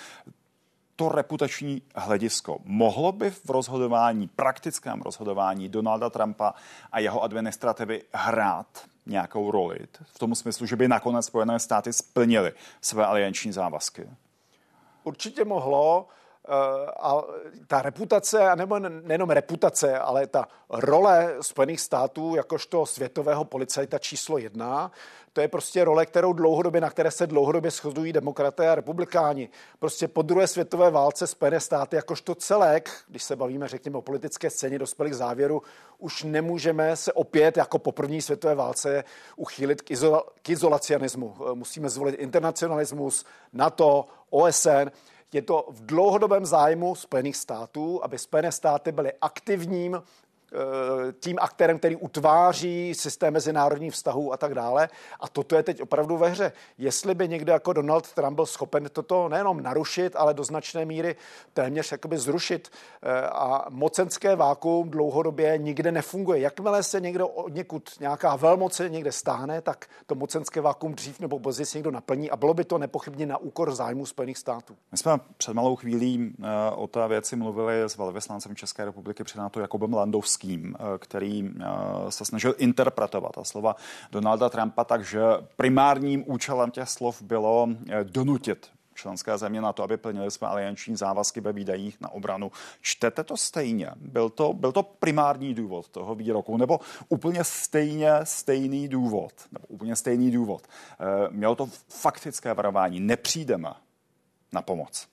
to reputační hledisko mohlo by v rozhodování, praktickém rozhodování Donalda Trumpa a jeho administrativy hrát nějakou roli? V tom smyslu, že by nakonec Spojené státy splnily své alianční závazky? Určitě mohlo. A ta reputace, nebo nejenom reputace, ale ta role Spojených států jakožto světového policajta číslo 1, to je prostě role, na které se dlouhodobě shodují demokraté a republikáni. Prostě po druhé světové válce Spojené státy jakožto celek, když se bavíme, řekněme, o politické scéně, dospěli k závěru, už nemůžeme se opět jako po první světové válce uchýlit k izolacionismu. Musíme zvolit internacionalismus, NATO, OSN. Je to v dlouhodobém zájmu Spojených států, aby Spojené státy byly aktivním tím aktérem, který utváří systém mezinárodních vztahů a tak dále. A toto je teď opravdu ve hře. Jestli by někdo jako Donald Trump byl schopen toto nejenom narušit, ale do značné míry téměř jakoby zrušit. A mocenské vákuum dlouhodobě nikde nefunguje. Jakmile se někdo odněkud nějaká velmoc někde stáhne, tak to mocenské vákuum dřív nebo později se někdo naplní a bylo by to nepochybně na úkor zájmu Spojených států. My jsme před malou chvílí o té věci mluvili s velvyslancem České republiky při NATO Jakubem Landovským, který se snažil interpretovat ta slova Donalda Trumpa tak, že primárním účelem těch slov bylo donutit členské země na to, aby plnili své alianční závazky ve výdajích na obranu. Čtete to stejně? Byl to primární důvod toho výroku, nebo úplně stejný důvod? Mělo to faktické varování. Nepřijdeme na pomoc.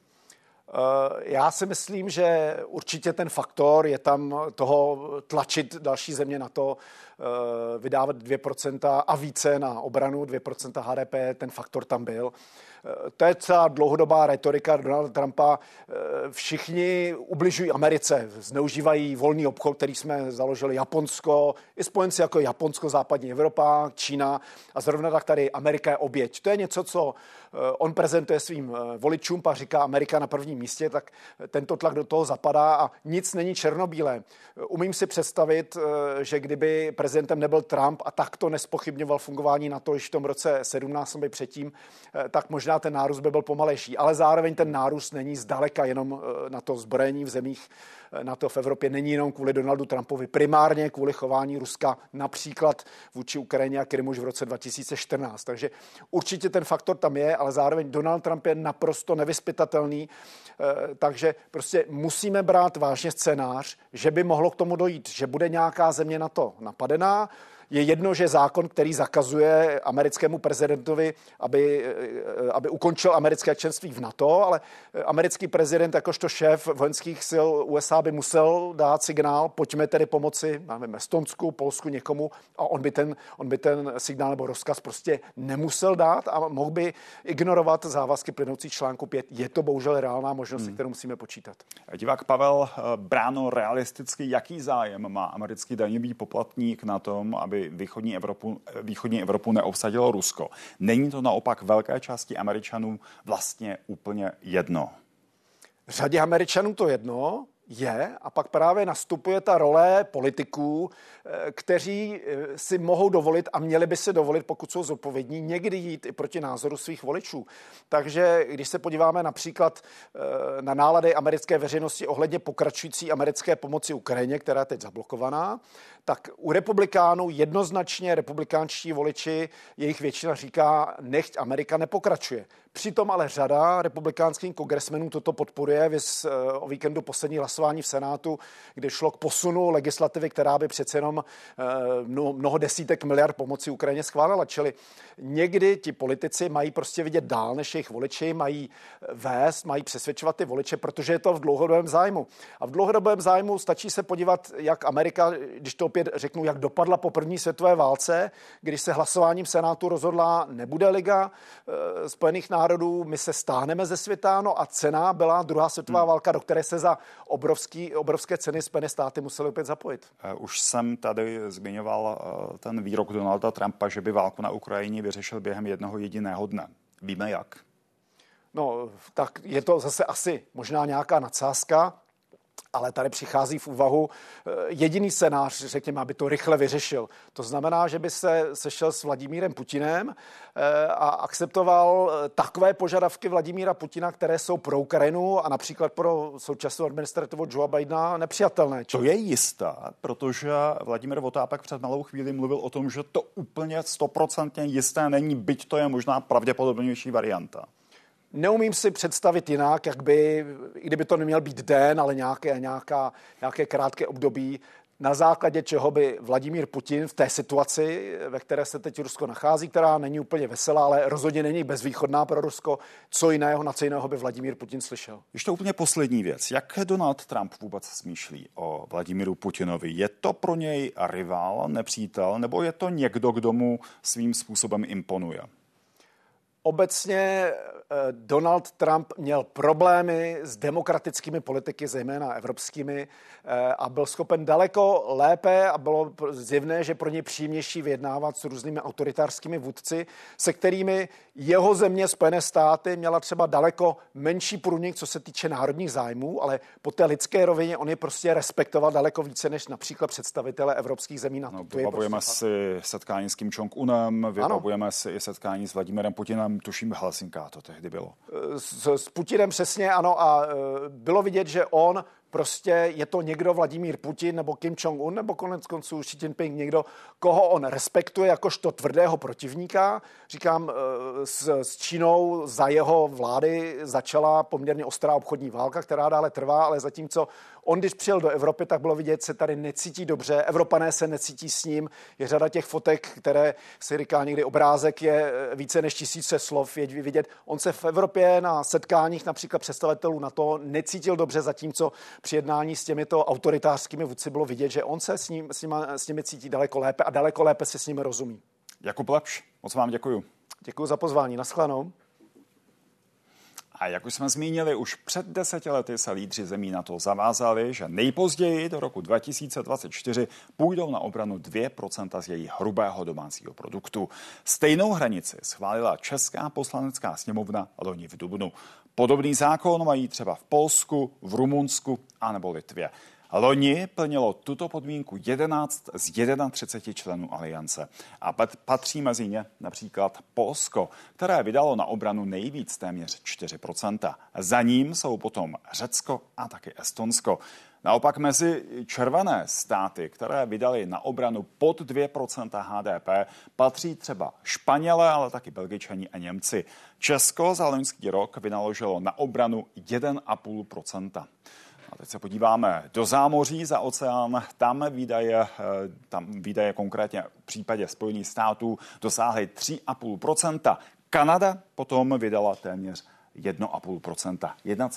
Já si myslím, že určitě ten faktor je tam toho tlačit další země na to, vydávat 2% a více na obranu, 2% HDP, ten faktor tam byl. To je celá dlouhodobá retorika Donalda Trumpa. Všichni ubližují Americe, zneužívají volný obchod, který jsme založili Japonsko, i spojenci jako Japonsko, západní Evropa, Čína a zrovna tak tady Amerika je oběť. To je něco, co on prezentuje svým voličům a říká Amerika na prvním místě, tak tento tlak do toho zapadá a nic není černobílé. Umím si představit, že kdyby prezidentem nebyl Trump a takto nespochybňoval fungování NATO již v tom roce 17 nebo předtím, tak možná ten nárůst by byl pomalejší. Ale zároveň ten nárůst není zdaleka jenom na to zbrojení v zemích NATO v Evropě, není jenom kvůli Donaldu Trumpovi, primárně kvůli chování Ruska například vůči Ukrajině a Krymu už v roce 2014. Takže určitě ten faktor tam je, ale zároveň Donald Trump je naprosto nevyzpytatelný, takže prostě musíme brát vážně scénář, že by mohlo k tomu dojít, že bude nějaká země NATO napadená, Je jedno, že zákon, který zakazuje americkému prezidentovi, aby ukončil americké členství v NATO, ale americký prezident jakožto šéf vojenských sil USA by musel dát signál, pojďme tedy pomoci, nevím, Estonsku, Polsku, někomu, a on by ten signál nebo rozkaz prostě nemusel dát a mohl by ignorovat závazky plynoucí článku 5. Je to bohužel reálná možnost, kterou musíme počítat. Divák Pavel Bráno, realisticky, jaký zájem má americký daňový poplatník na tom, aby východní Evropu neobsadilo Rusko? Není to naopak velké části Američanů vlastně úplně jedno? Řadě Američanů to jedno je, a pak právě nastupuje ta role politiků, kteří si mohou dovolit a měli by si dovolit, pokud jsou zodpovědní, někdy jít i proti názoru svých voličů. Takže když se podíváme například na nálady americké veřejnosti ohledně pokračující americké pomoci Ukrajině, která je teď zablokovaná, tak u republikánů jednoznačně republikánští voliči, jejich většina říká, nechť Amerika nepokračuje. Přitom ale řada republikánských kongresmenů toto podporuje. O víkendu poslední hlasování v Senátu, kde šlo k posunu legislativy, která by přece jenom mnoho desítek miliard pomoci Ukrajině schválila. Čili někdy ti politici mají prostě vidět dál než jejich voliči, mají přesvědčovat ty voliče, protože je to v dlouhodobém zájmu. A v dlouhodobém zájmu stačí se podívat, jak Amerika, když to opět řeknu, jak dopadla po první světové válce, když se hlasováním Senátu rozhodla, nebude Liga Spojených národů, my se stáhneme ze světa, no a cena byla druhá světová válka, do které se za obrovské ceny Spojené státy musely opět zapojit. Už jsem tady zmiňoval ten výrok Donalda Trumpa, že by válku na Ukrajině vyřešil během jednoho jediného dne. Víme jak? No, tak je to zase asi možná nějaká nadsázka, ale tady přichází v úvahu jediný scénář, řekněme, aby to rychle vyřešil. To znamená, že by se sešel s Vladimírem Putinem a akceptoval takové požadavky Vladimíra Putina, které jsou pro Ukrajinu a například pro současnou administrativu Joea Bidena nepřijatelné. To je jisté, protože Vladimír Votápek před malou chvíli mluvil o tom, že to úplně 100% jisté není, byť to je možná pravděpodobnější varianta. Neumím si představit jinak, i kdyby to neměl být den, ale nějaké krátké období, na základě čeho by Vladimír Putin v té situaci, ve které se teď Rusko nachází, která není úplně veselá, ale rozhodně není bezvýchodná pro Rusko, na co jiného by Vladimír Putin slyšel. Ještě úplně poslední věc. Jak Donald Trump vůbec smýšlí o Vladimíru Putinovi? Je to pro něj rival, nepřítel, nebo je to někdo, kdo mu svým způsobem imponuje? Obecně Donald Trump měl problémy s demokratickými politiky, zejména evropskými, a byl schopen daleko lépe a bylo zjevné, že pro ně příjemnější vyjednávat s různými autoritářskými vůdci, se kterými jeho země, Spojené státy, měla třeba daleko menší průnik, co se týče národních zájmů, ale po té lidské rovině on je prostě respektoval daleko více než například představitele evropských zemí na to. Vybavujeme si setkání s Kim Jong-unem, vybavujeme si i setkání s Vladimírem Putinem, tuším Helsinká to tehdy bylo. S Putinem přesně, ano, a bylo vidět, že on prostě je to někdo Vladimír Putin nebo Kim Jong-un nebo konec konců Xi Jinping, někdo, koho on respektuje jakožto tvrdého protivníka. Říkám, s Čínou za jeho vlády začala poměrně ostrá obchodní válka, která dále trvá, ale zatímco on, když přijel do Evropy, tak bylo vidět, se tady necítí dobře, Evropané se necítí s ním. Je řada těch fotek, které se říká někdy obrázek, je více než 1000 slov, je vidět. On se v Evropě na setkáních například představitelů NATO necítil dobře, zatímco při jednání s těmito autoritářskými vůdci bylo vidět, že on se s nimi cítí daleko lépe a daleko lépe se s nimi rozumí. Jakub Lepš, moc vám děkuju. Děkuju za pozvání, naschledanou. A jak už jsme zmínili, už před 10 lety se lídři zemí NATO zavázali, že nejpozději do roku 2024 půjdou na obranu 2% z jejich hrubého domácího produktu. Stejnou hranici schválila Česká poslanecká sněmovna loni v dubnu. Podobný zákon mají třeba v Polsku, v Rumunsku a nebo Litvě. Loni plnilo tuto podmínku 11 z 31 členů aliance a patří mezi ně například Polsko, které vydalo na obranu nejvíc, téměř 4%. Za ním jsou potom Řecko a taky Estonsko. Naopak mezi červené státy, které vydali na obranu pod 2% HDP, patří třeba Španělé, ale taky Belgičani a Němci. Česko za loňský rok vynaložilo na obranu 1,5%. A teď se podíváme do zámoří za oceán. Tam výdaje konkrétně v případě Spojených států dosáhly 3,5%. Kanada potom vydala téměř 1,5%,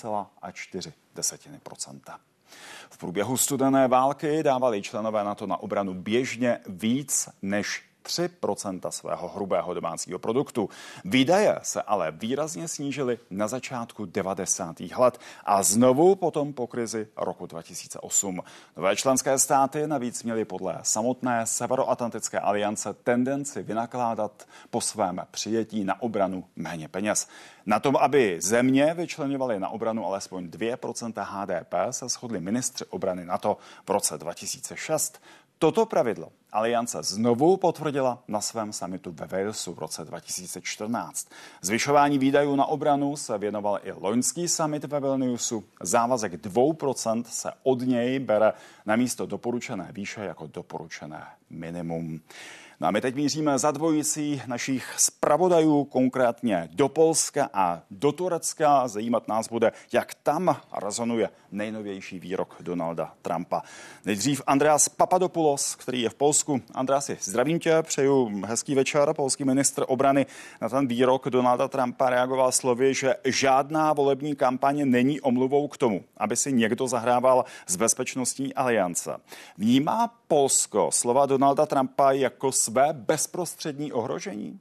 1,4%. V průběhu studené války dávali členové NATO na obranu běžně víc než 3% svého hrubého domácího produktu. Výdaje se ale výrazně snížily na začátku 90. let a znovu potom po krizi roku 2008. Nové členské státy navíc měly podle samotné Severoatlantické aliance tendenci vynakládat po svém přijetí na obranu méně peněz. Na tom, aby země vyčleňovaly na obranu alespoň 2% HDP, se shodli ministři obrany NATO v roce 2006. Toto pravidlo aliance znovu potvrdila na svém summitu ve Walesu v roce 2014. Zvyšování výdajů na obranu se věnoval i loňský summit ve Vilniusu. Závazek 2% se od něj bere na místo doporučené výše jako doporučené minimum. No a my teď míříme za dvojicí našich zpravodajů, konkrétně do Polska a do Turecka. Zajímat nás bude, jak tam rezonuje nejnovější výrok Donalda Trumpa. Nejdřív Andreas Papadopoulos, který je v Polsku. Andreasi, zdravím tě, přeju hezký večer. Polský ministr obrany na ten výrok Donalda Trumpa reagoval slovy, že žádná volební kampaně není omluvou k tomu, aby si někdo zahrával z bezpečnostní aliance. Vnímá Polsko slova Donalda Trumpa jako své bezprostřední ohrožení?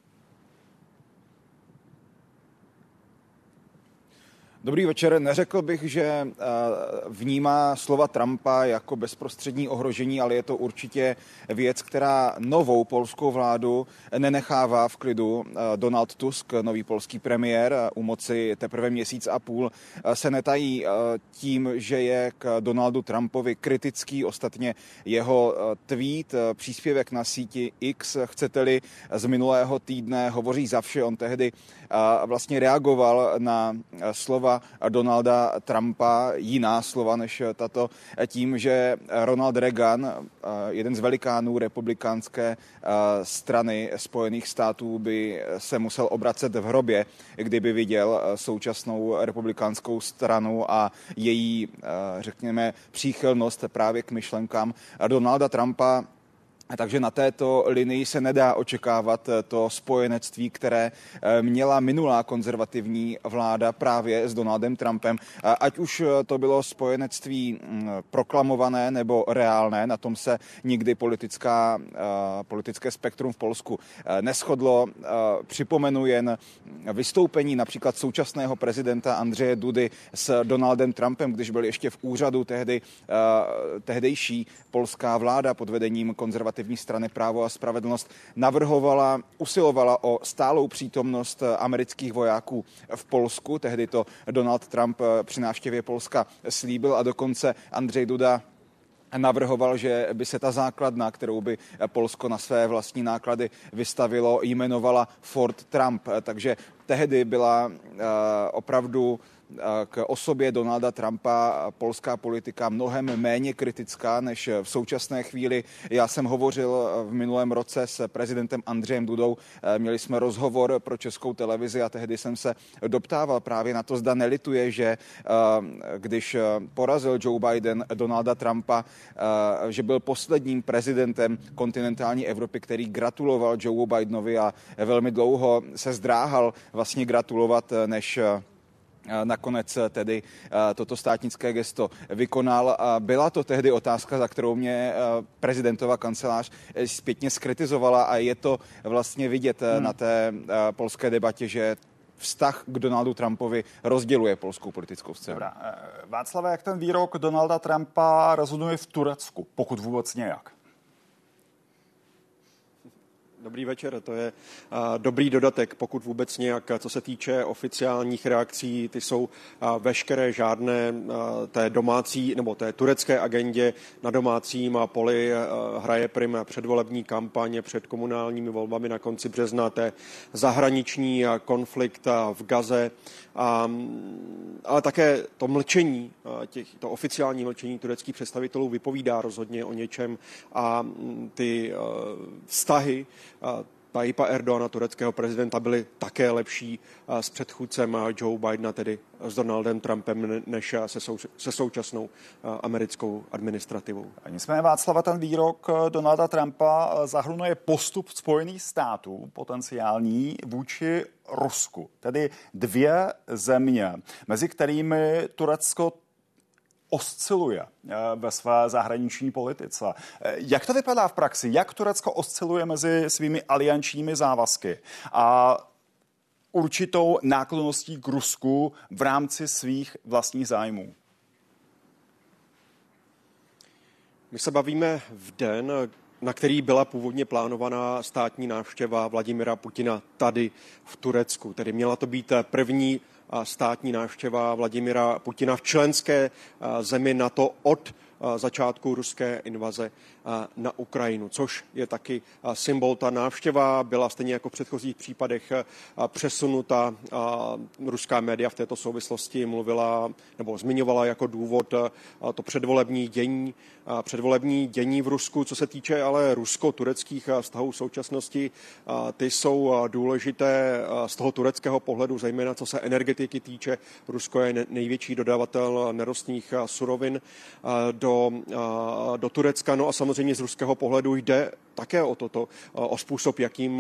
Dobrý večer. Neřekl bych, že vnímá slova Trumpa jako bezprostřední ohrožení, ale je to určitě věc, která novou polskou vládu nenechává v klidu. Donald Tusk, nový polský premiér, u moci teprve měsíc a půl, se netají tím, že je k Donaldu Trumpovi kritický. Ostatně jeho tweet, příspěvek na síti X, chcete-li, z minulého týdne hovoří za vše. On tehdy vlastně reagoval na slova Donalda Trumpa, jiná slova než tato, tím, že Ronald Reagan, jeden z velikánů republikánské strany Spojených států, by se musel obracet v hrobě, kdyby viděl současnou republikánskou stranu a její, řekněme, příchylnost právě k myšlenkám Donalda Trumpa. Takže na této linii se nedá očekávat to spojenectví, které měla minulá konzervativní vláda právě s Donaldem Trumpem. Ať už to bylo spojenectví proklamované nebo reálné, na tom se nikdy politické spektrum v Polsku neshodlo. Připomenu jen vystoupení například současného prezidenta Andřeje Dudy s Donaldem Trumpem, když byl ještě v úřadu tehdejší polská vláda pod vedením konzervativní strany Právo a spravedlnost usilovala o stálou přítomnost amerických vojáků v Polsku. Tehdy to Donald Trump při návštěvě Polska slíbil a dokonce Andřej Duda navrhoval, že by se ta základna, kterou by Polsko na své vlastní náklady vystavilo, jmenovala Fort Trump. Takže tehdy byla opravdu k osobě Donalda Trumpa polská politika mnohem méně kritická než v současné chvíli. Já jsem hovořil v minulém roce s prezidentem Andřejem Dudou. Měli jsme rozhovor pro Českou televizi a tehdy jsem se doptával právě na to, zda nelituje, že když porazil Joe Biden Donalda Trumpa, že byl posledním prezidentem kontinentální Evropy, který gratuloval Joe Bidenovi a velmi dlouho se zdráhal vlastně gratulovat, než nakonec tedy toto státnické gesto vykonal. Byla to tehdy otázka, za kterou mě prezidentova kancelář zpětně zkritizovala a je to vlastně vidět na té polské debatě, že vztah k Donaldu Trumpovi rozděluje polskou politickou scénu. Dobrá. Václave, jak ten výrok Donalda Trumpa rezonuje v Turecku, pokud vůbec nějak? Dobrý večer, to je dobrý dodatek, pokud vůbec nějak, co se týče oficiálních reakcí, ty jsou veškeré, žádné té domácí nebo té turecké agendě na domácím poli hraje prim předvolební kampaně před komunálními volbami na konci března, té zahraniční konflikt v Gaze, ale také to mlčení, to oficiální mlčení tureckých představitelů vypovídá rozhodně o něčem a ty vztahy Tayyipa Erdogana, tureckého prezidenta, byly také lepší s předchůdcem Joe Bidena, tedy s Donaldem Trumpem, než se současnou americkou administrativou. Nicméně, Václava, ten výrok Donalda Trumpa zahrnuje postup Spojených států potenciální vůči Rusku. Tedy dvě země, mezi kterými Turecko osciluje ve své zahraniční politice. Jak to vypadá v praxi? Jak Turecko osciluje mezi svými aliančními závazky a určitou náklonností k Rusku v rámci svých vlastních zájmů? My se bavíme v den, na který byla původně plánovaná státní návštěva Vladimira Putina tady v Turecku. Tedy měla to být první státní návštěva Vladimira Putina v členské zemi NATO od začátku ruské invaze na Ukrajinu, což je taky symbol. Ta návštěva byla stejně jako v předchozích případech přesunuta. Ruská média v této souvislosti mluvila nebo zmiňovala jako důvod to předvolební dění v Rusku. Co se týče ale rusko-tureckých vztahů v současnosti, ty jsou důležité z toho tureckého pohledu, zejména co se energetiky týče. Rusko je největší dodavatel nerostných surovin do Turecka. No a samozřejmě z ruského pohledu jde také o toto, o způsob, jakým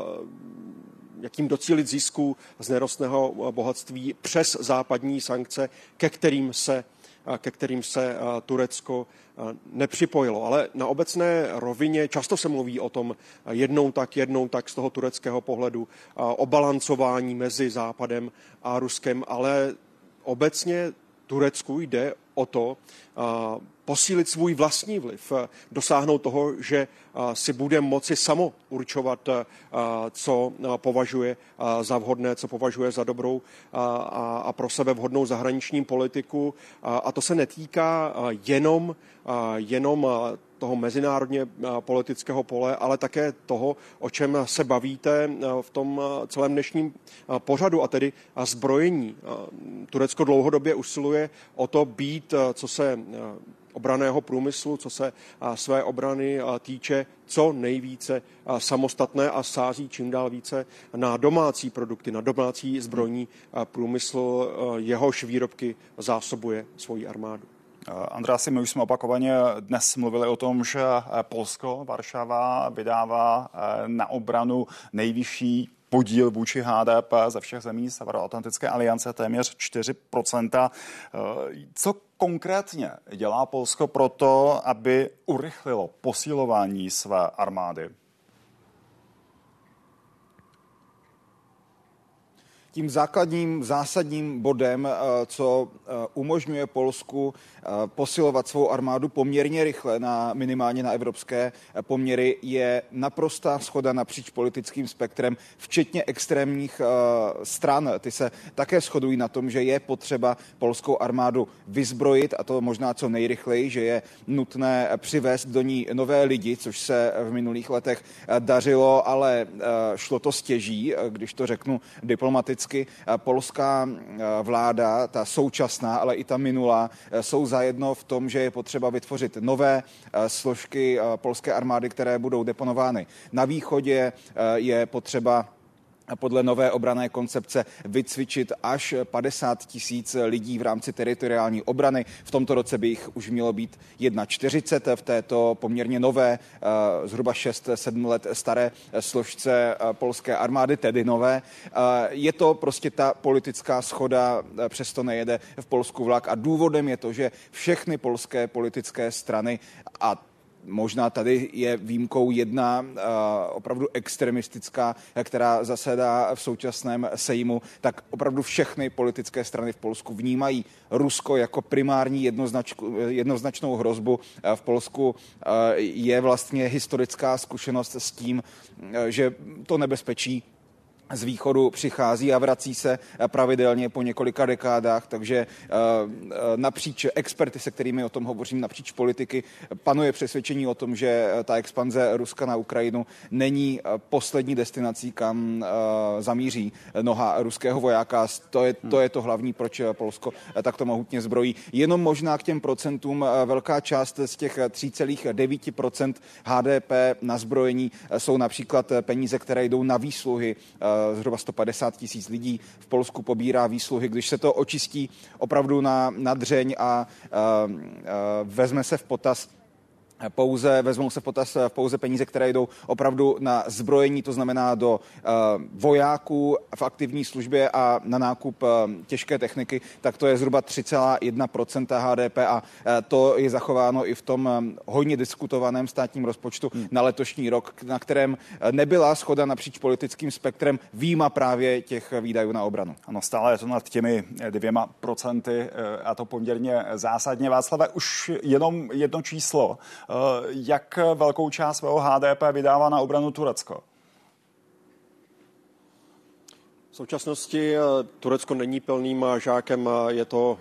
docílit zisku z nerostného bohatství přes západní sankce, ke kterým se Turecko nepřipojilo. Ale na obecné rovině často se mluví o tom jednou tak z toho tureckého pohledu, o balancování mezi Západem a Ruskem, ale obecně Turecku jde o to posílit svůj vlastní vliv, dosáhnout toho, že si bude moci samo určovat, co považuje za vhodné, co považuje za dobrou a pro sebe vhodnou zahraniční politiku. A to se netýká jenom toho mezinárodně politického pole, ale také toho, o čem se bavíte v tom celém dnešním pořadu, a tedy zbrojení. Turecko dlouhodobě usiluje o to být, co se obranného průmyslu, co se své obrany týče, co nejvíce samostatné a sází čím dál více na domácí produkty, na domácí zbrojní průmysl, jehož výrobky zásobuje svoji armádu. Andreasi, my už jsme opakovaně dnes mluvili o tom, že Polsko, Varšava vydává na obranu nejvyšší podíl vůči HDP ze všech zemí Severoatlantické aliance, téměř 4%. Co konkrétně dělá Polsko pro to, aby urychlilo posilování své armády? Tím zásadním bodem, co umožňuje Polsku posilovat svou armádu poměrně rychle, minimálně na evropské poměry, je naprostá shoda napříč politickým spektrem, včetně extrémních stran. Ty se také shodují na tom, že je potřeba polskou armádu vyzbrojit, a to možná co nejrychleji, že je nutné přivést do ní nové lidi, což se v minulých letech dařilo, ale šlo to stěží, když to řeknu diplomaticky. Polská vláda, ta současná, ale i ta minulá, jsou zajedno v tom, že je potřeba vytvořit nové složky polské armády, které budou deponovány na východě. Je potřeba podle nové obranné koncepce vycvičit až 50 000 lidí v rámci teritoriální obrany. V tomto roce by jich už mělo být 41 v této poměrně nové, zhruba 6-7 let staré složce polské armády, tedy nové. Je to prostě ta politická shoda, přesto nejede v Polsku vlak, a důvodem je to, že všechny polské politické strany, a možná tady je výjimkou jedna opravdu extremistická, která zasedá v současném sejmu, tak opravdu všechny politické strany v Polsku vnímají Rusko jako primární jednoznačnou hrozbu. V Polsku je vlastně historická zkušenost s tím, že to nebezpečí z východu přichází a vrací se pravidelně po několika dekádách, takže napříč experty, se kterými o tom hovořím, napříč politiky, panuje přesvědčení o tom, že ta expanze Ruska na Ukrajinu není poslední destinací, kam zamíří noha ruského vojáka. To je to hlavní, proč Polsko takto mohutně zbrojí. Jenom možná k těm procentům velká část z těch 3,9% HDP na zbrojení jsou například peníze, které jdou na výsluhy. Zhruba 150 000 lidí v Polsku pobírá výsluhy. Když se to očistí opravdu na dřeň a vezmou se v potaz pouze peníze, které jdou opravdu na zbrojení, to znamená do vojáků v aktivní službě a na nákup těžké techniky, tak to je zhruba 3,1% HDP a to je zachováno i v tom hojně diskutovaném státním rozpočtu na letošní rok, na kterém nebyla shoda napříč politickým spektrem výjima právě těch výdajů na obranu. Ano, stále je to nad těmi 2% a to poměrně zásadně. Václave, už jenom jedno číslo. Jak velkou část svého HDP vydává na obranu Turecko? V současnosti Turecko není plným žákem, je to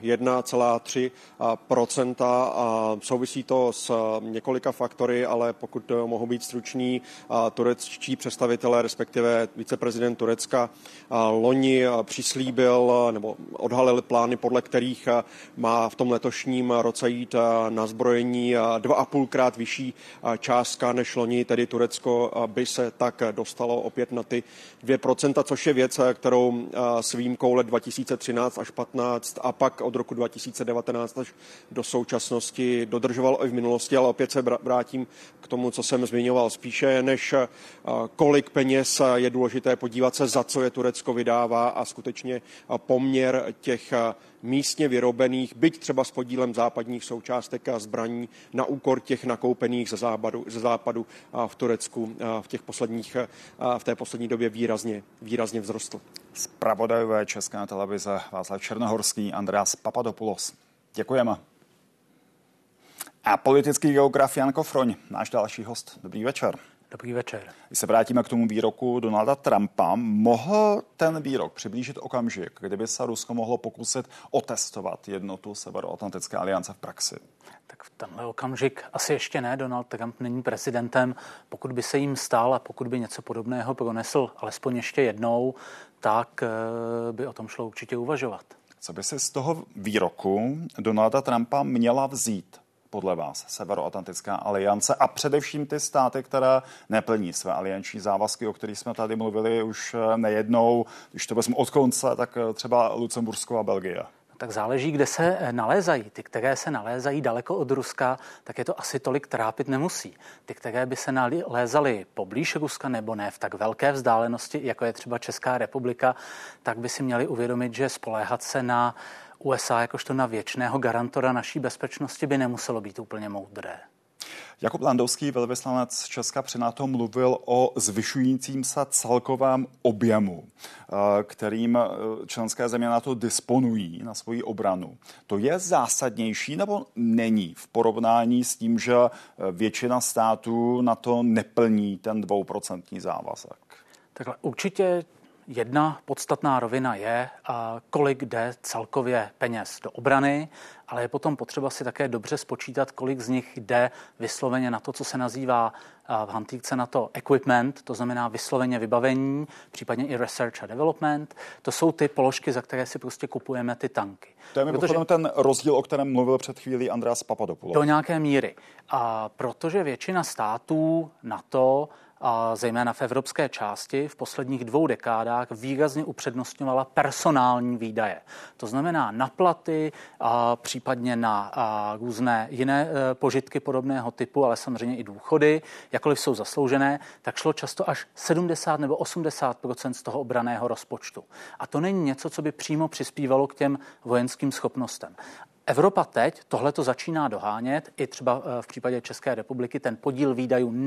1,3% a souvisí to s několika faktory, ale pokud mohou být struční, tureckí představitelé, respektive viceprezident Turecka, loni přislíbil nebo odhalil plány, podle kterých má v tom letošním roce jít na zbrojení 2,5krát vyšší částka než loni, tedy Turecko by se tak dostalo opět na ty 2%, což je věc, kterou s výjimkou let 2013 až 15 a pak od roku 2019 až do současnosti dodržoval i v minulosti, ale opět se vrátím k tomu, co jsem zmiňoval. Spíše než kolik peněz je důležité podívat se, za co je Turecko vydává a skutečně poměr těch místně vyrobených, byť třeba s podílem západních součástek a zbraní na úkor těch nakoupených ze západu v Turecku v té poslední době výrazně vzrostl. Zpravodajové České televize Václav Černohorský, Andreas Papadopoulos. Děkujeme. A politický geograf Jan Kofroň, náš další host. Dobrý večer. Dobrý večer. Když se vrátíme k tomu výroku Donalda Trumpa, mohl ten výrok přiblížit okamžik, kdyby se Rusko mohlo pokusit otestovat jednotu Severoatlantické aliance v praxi? Tak v tenhle okamžik asi ještě ne. Donald Trump není prezidentem. Pokud by se jim stal a pokud by něco podobného pronesl alespoň ještě jednou, tak by o tom šlo určitě uvažovat. Co by se z toho výroku Donalda Trumpa měla vzít podle vás Severoatlantická aliance a především ty státy, které neplní své alianční závazky, o kterých jsme tady mluvili už nejednou, když to vezmu od konce, tak třeba Lucembursko a Belgie? Tak záleží, kde se nalézají. Ty, které se nalézají daleko od Ruska, tak je to asi tolik trápit nemusí. Ty, které by se nalézaly poblíž Ruska nebo ne v tak velké vzdálenosti, jako je třeba Česká republika, tak by si měli uvědomit, že spoléhat se na USA jakožto na věčného garantora naší bezpečnosti by nemuselo být úplně moudré. Jakub Landowský, velvyslanec Česka při NATO, mluvil o zvyšujícím se celkovém objemu, kterým členské země NATO disponují na svoji obranu. To je zásadnější nebo není v porovnání s tím, že většina států NATO neplní ten 2% závazek? Takhle určitě jedna podstatná rovina je, kolik jde celkově peněz do obrany, ale je potom potřeba si také dobře spočítat, kolik z nich jde vysloveně na to, co se nazývá v hantýrce NATO equipment, to znamená vysloveně vybavení, případně i research a development. To jsou ty položky, za které si prostě kupujeme ty tanky. To je mimochodem ten rozdíl, o kterém mluvil před chvílí Andreas Papadopoulos. Do nějaké míry. A protože většina států NATO a zejména v evropské části v posledních 2 dekádách výrazně upřednostňovala personální výdaje. To znamená na platy, a případně na různé jiné požitky podobného typu, ale samozřejmě i důchody, jakkoliv jsou zasloužené, tak šlo často až 70 nebo 80% z toho obranného rozpočtu. A to není něco, co by přímo přispívalo k těm vojenským schopnostem. Evropa teď tohleto začíná dohánět, i třeba v případě České republiky ten podíl výdajů na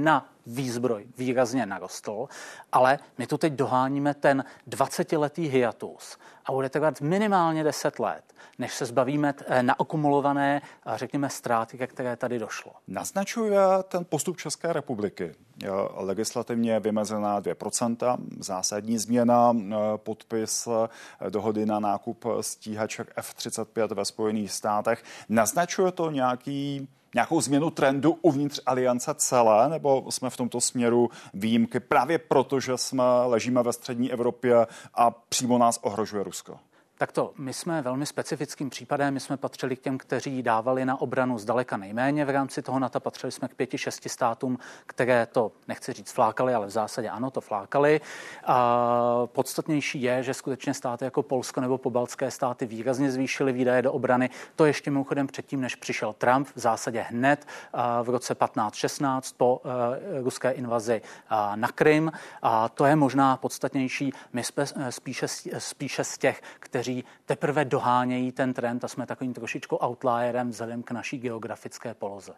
výzbroj výrazně narostl, ale my tu teď doháníme ten 20letý hiatus a bude trvat minimálně 10 let, než se zbavíme naakumulované, řekněme, ztráty, ke které tady došlo. Naznačuje ten postup České republiky. Legislativně vymezená 2%, zásadní změna, podpis dohody na nákup stíhaček F-35 ve Spojených státech. Naznačuje to nějakou změnu trendu uvnitř aliance celé, nebo jsme v tomto směru výjimky právě proto, že ležíme ve střední Evropě a přímo nás ohrožuje Rusko? Takto, my jsme velmi specifickým případem, my jsme patřili k těm, kteří dávali na obranu zdaleka nejméně v rámci toho NATO, patřili jsme k 5-6 státům, které to, nechci říct flákali, ale v zásadě ano, to flákali. A podstatnější je, že skutečně státy jako Polsko nebo pobaltské státy výrazně zvýšily výdaje do obrany. To ještě mimochodem předtím, než přišel Trump, v zásadě hned v roce 15-16 po ruské invazi na Krym. A to je možná podstatnější. My jsme spíše z těch, kteří teprve dohánějí ten trend a jsme takovým trošičku outlierem vzhledem k naší geografické poloze.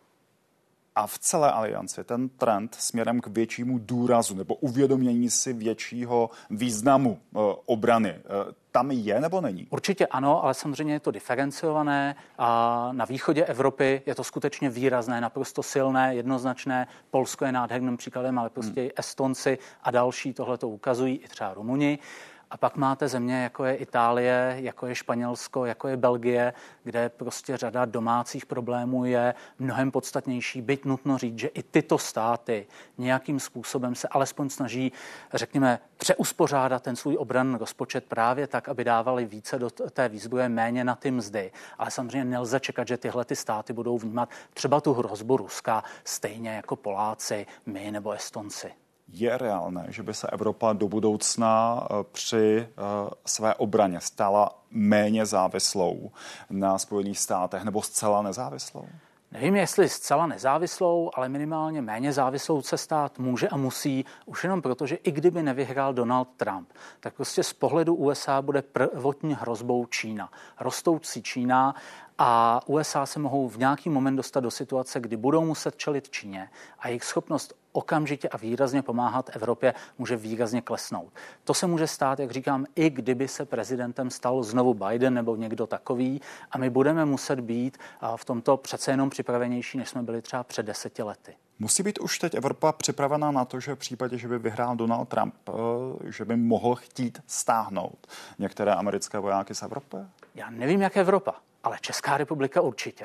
A v celé alianci ten trend směrem k většímu důrazu nebo uvědomění si většího významu obrany, tam je nebo není? Určitě ano, ale samozřejmě je to diferenciované a na východě Evropy je to skutečně výrazné, naprosto silné, jednoznačné. Polsko je nádherným příkladem, ale prostě i Estonci a další tohle to ukazují, i třeba Rumuni. A pak máte země, jako je Itálie, jako je Španělsko, jako je Belgie, kde prostě řada domácích problémů je mnohem podstatnější. Byť nutno říct, že i tyto státy nějakým způsobem se alespoň snaží, řekněme, přeuspořádat ten svůj obranný rozpočet právě tak, aby dávali více do té výzbroje, méně na ty mzdy. Ale samozřejmě nelze čekat, že tyhle ty státy budou vnímat třeba tu hrozbu Ruska stejně jako Poláci, my nebo Estonci. Je reálné, že by se Evropa do budoucna při své obraně stala méně závislou na Spojených státech nebo zcela nezávislou? Nevím, jestli zcela nezávislou, ale minimálně méně závislou se stát může a musí, už jenom proto, že i kdyby nevyhrál Donald Trump, tak prostě z pohledu USA bude prvotní hrozbou Čína. Rostoucí Čína a USA se mohou v nějaký moment dostat do situace, kdy budou muset čelit Číně a jejich schopnost okamžitě a výrazně pomáhat Evropě může výrazně klesnout. To se může stát, jak říkám, i kdyby se prezidentem stal znovu Biden nebo někdo takový a my budeme muset být v tomto přece jenom připravenější, než jsme byli třeba před 10 lety. Musí být už teď Evropa připravená na to, že v případě, že by vyhrál Donald Trump, že by mohl chtít stáhnout některé americké vojáky z Evropy? Já nevím, jak Evropa, ale Česká republika určitě.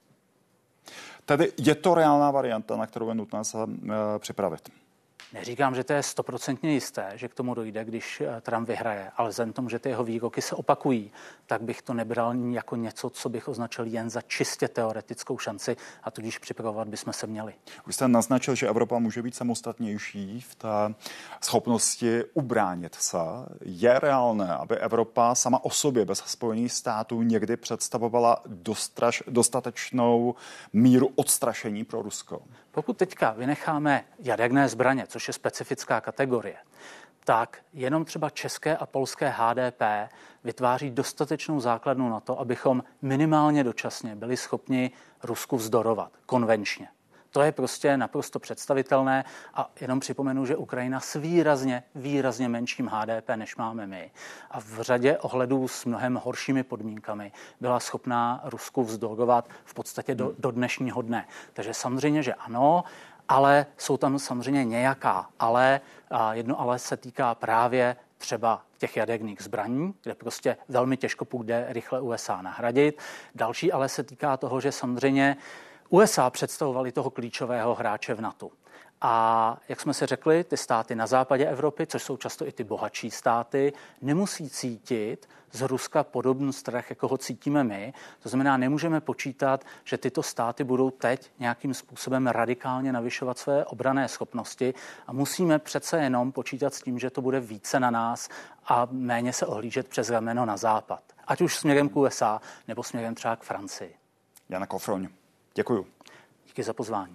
Tedy je to reálná varianta, na kterou je nutné se připravit? Neříkám, že to je 100% jisté, že k tomu dojde, když Trump vyhraje, ale vzhledem tomu, že ty jeho výroky se opakují, tak bych to nebral jako něco, co bych označil jen za čistě teoretickou šanci a tudíž připravovat bychom se měli. Už jste naznačil, že Evropa může být samostatnější v té schopnosti ubránit se. Je reálné, aby Evropa sama o sobě bez Spojených států někdy představovala dostatečnou míru odstrašení pro Rusko? Pokud teďka vynecháme jaderné zbraně, což je specifická kategorie, tak jenom třeba české a polské HDP vytváří dostatečnou základnu na to, abychom minimálně dočasně byli schopni Rusku vzdorovat konvenčně. To je prostě naprosto představitelné a jenom připomenu, že Ukrajina s výrazně menším HDP, než máme my a v řadě ohledů s mnohem horšími podmínkami byla schopná Rusku vzdorovat v podstatě do dnešního dne. Takže samozřejmě, že ano, ale jsou tam samozřejmě nějaká ale. Jedno ale se týká právě třeba těch jaderných zbraní, kde prostě velmi těžko půjde rychle USA nahradit. Další ale se týká toho, že samozřejmě USA představovali toho klíčového hráče v NATO. A jak jsme si řekli, ty státy na západě Evropy, což jsou často i ty bohatší státy, nemusí cítit z Ruska podobný strach, jako ho cítíme my. To znamená, nemůžeme počítat, že tyto státy budou teď nějakým způsobem radikálně navyšovat své obranné schopnosti a musíme přece jenom počítat s tím, že to bude více na nás a méně se ohlížet přes rameno na západ. Ať už směrem k USA nebo směrem třeba k Francii. Jana Kofroň, děkuju. Díky za pozvání.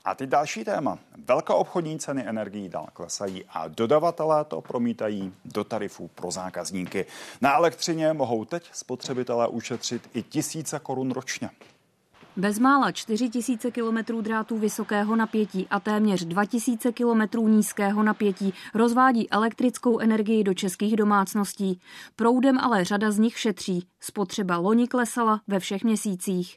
A ty další téma. Velkoobchodní ceny energií dál klesají a dodavatelé to promítají do tarifů pro zákazníky. Na elektřině mohou teď spotřebitelé ušetřit i tisíce korun ročně. Bezmála 4 000 kilometrů drátů vysokého napětí a téměř 2 000 kilometrů nízkého napětí rozvádí elektrickou energii do českých domácností. Proudem ale řada z nich šetří. Spotřeba loni klesala ve všech měsících.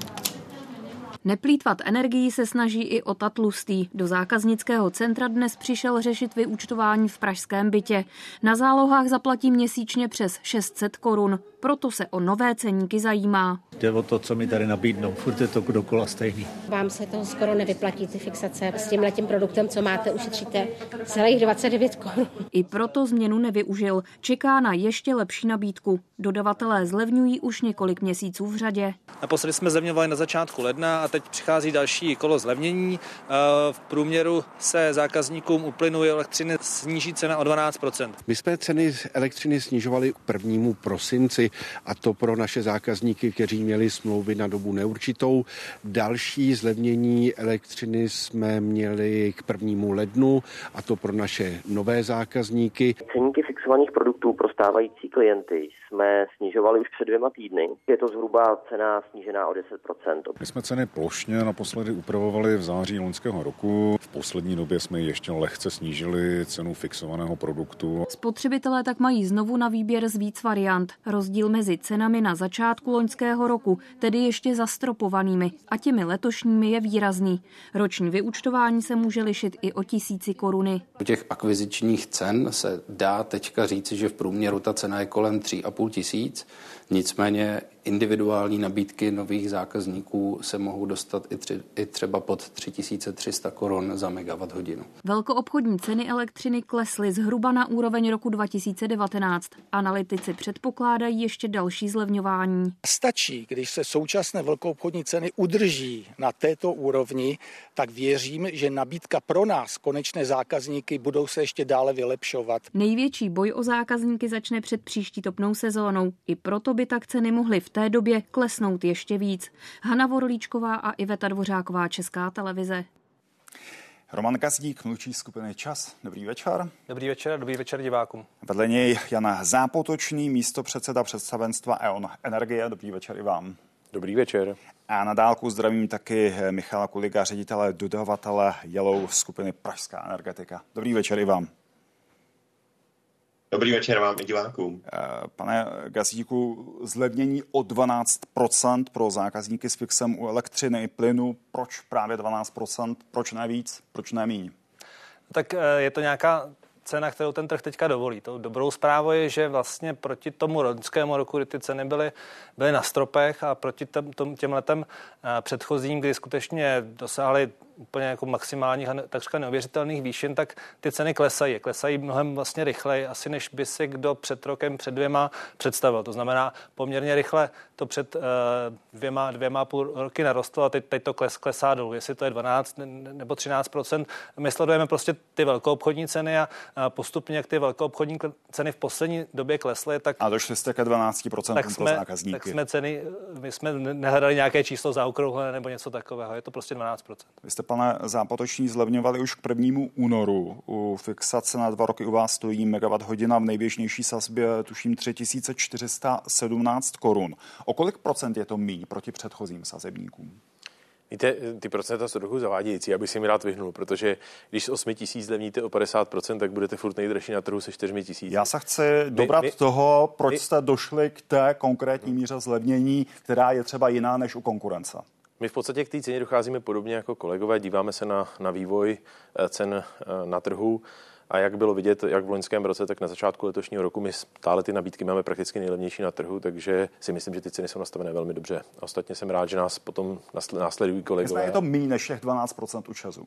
Neplýtvat energií se snaží i Ota Tlustý. Do zákaznického centra dnes přišel řešit vyúčtování v pražském bytě. Na zálohách zaplatí měsíčně přes 600 korun. Proto se o nové ceníky zajímá. Jde o to, co mi tady nabídnou. Furt je to dokola stejný. Vám se to skoro nevyplatí, ty fixace. S tímhletím produktem, co máte, ušetříte celých 29 korun. I proto změnu nevyužil. Čeká na ještě lepší nabídku. Dodavatelé zlevňují už několik měsíců v řadě. Naposledy jsme zlevňovali na začátku ledna a teď přichází další kolo zlevnění. V průměru se zákazníkům u plynu i elektřiny sníží cena o 12%. My jsme ceny elektřiny snižovali k 1. prosinci a to pro naše zákazníky, kteří měli smlouvy na dobu neurčitou. Další zlevnění elektřiny jsme měli k 1. lednu a to pro naše nové zákazníky. Ceníky fixovaných produktů pro stávající klienty jsme snižovali už před 2 týdny. Je to zhruba cena snížená o 10%. My jsme ceny plošně naposledy upravovali v září loňského roku. V poslední době jsme ještě lehce snížili cenu fixovaného produktu. Spotřebitelé tak mají znovu na výběr z víc variant. Rozdíl mezi cenami na začátku loňského roku, tedy ještě zastropovanými, a těmi letošními je výrazný. Roční vyúčtování se může lišit i o 1000 koruny. U těch akvizičních cen se dá teďka říci, že v průměru ta cena je kolem 3 500. Nicméně individuální nabídky nových zákazníků se mohou dostat i třeba pod 3300 korun za megawatt hodinu. Velkoobchodní ceny elektřiny klesly zhruba na úroveň roku 2019. Analytici předpokládají ještě další zlevňování. Stačí, když se současné velkoobchodní ceny udrží na této úrovni, tak věřím, že nabídka pro nás, konečné zákazníky, budou se ještě dále vylepšovat. Největší boj o zákazníky začne před příští topnou sezónou. I proto by tak ceny mohly v té době klesnout ještě víc. Hana Vorlíčková a Iveta Dvořáková, Česká televize. Roman Gazdík, mluvčí skupiny Čas. Dobrý večer. Dobrý večer divákům. Vedle něj Jan Zápotočný, místopředseda představenstva E.ON Energie. Dobrý večer i vám. Dobrý večer. A na dálku zdravím taky Michala Kuliga, ředitele dodavatele Yellow skupiny Pražská energetika. Dobrý večer i vám. Dobrý večer vám i divákům. Pane Gazdíku, zlevnění o 12% pro zákazníky s fixem u elektřiny i plynu. Proč právě 12%? Proč ne víc? Proč ne míň? Tak je to nějaká cena, kterou ten trh teďka dovolí. To dobrou zprávou je, že vlastně proti tomu loňskému roku, kdy ty ceny byly na stropech a proti těm letem předchozím, kdy skutečně dosáhly úplně jako maximálních a takřka neuvěřitelných výšin, tak ty ceny klesají. Klesají mnohem vlastně rychleji, asi než by si kdo před rokem, před 2 představil. To znamená, poměrně rychle to před 2,5 roky narostlo a teď to klesá dolů. Jestli to je 12 nebo 13%, my sledujeme prostě ty velkoobchodní ceny a postupně, jak ty velkoobchodní ceny v poslední době klesly, tak... A došli jste ke 12% pro zákazníky. Tak jsme ceny, my jsme nehledali nějaké číslo zaokrouhlené nebo něco takového, je to prostě 12%. Vy jste, pane Zápotoční, zlevňovali už k 1. únoru. U fixace na 2 roky u vás stojí megawatt hodina v nejběžnější sazbě, tuším 3417 korun. O kolik procent je to míň proti předchozím sazebníkům? Víte, ty procenta jsou trochu zavádějící, aby si mi rád vyhnul, protože když z 8 000 zlevníte o 50%, tak budete furt nejdražší na trhu se 4 000. Já se chci dobrat toho, proč jste došli k té konkrétní míře zlevnění, která je třeba jiná než u konkurence. My v podstatě k té ceně docházíme podobně jako kolegové, díváme se na vývoj cen na trhu a jak bylo vidět, jak v loňském roce, tak na začátku letošního roku my stále ty nabídky máme prakticky nejlevnější na trhu, takže si myslím, že ty ceny jsou nastavené velmi dobře. Ostatně jsem rád, že nás potom následují kolegové. Je to méně než těch 12% u ČEZu.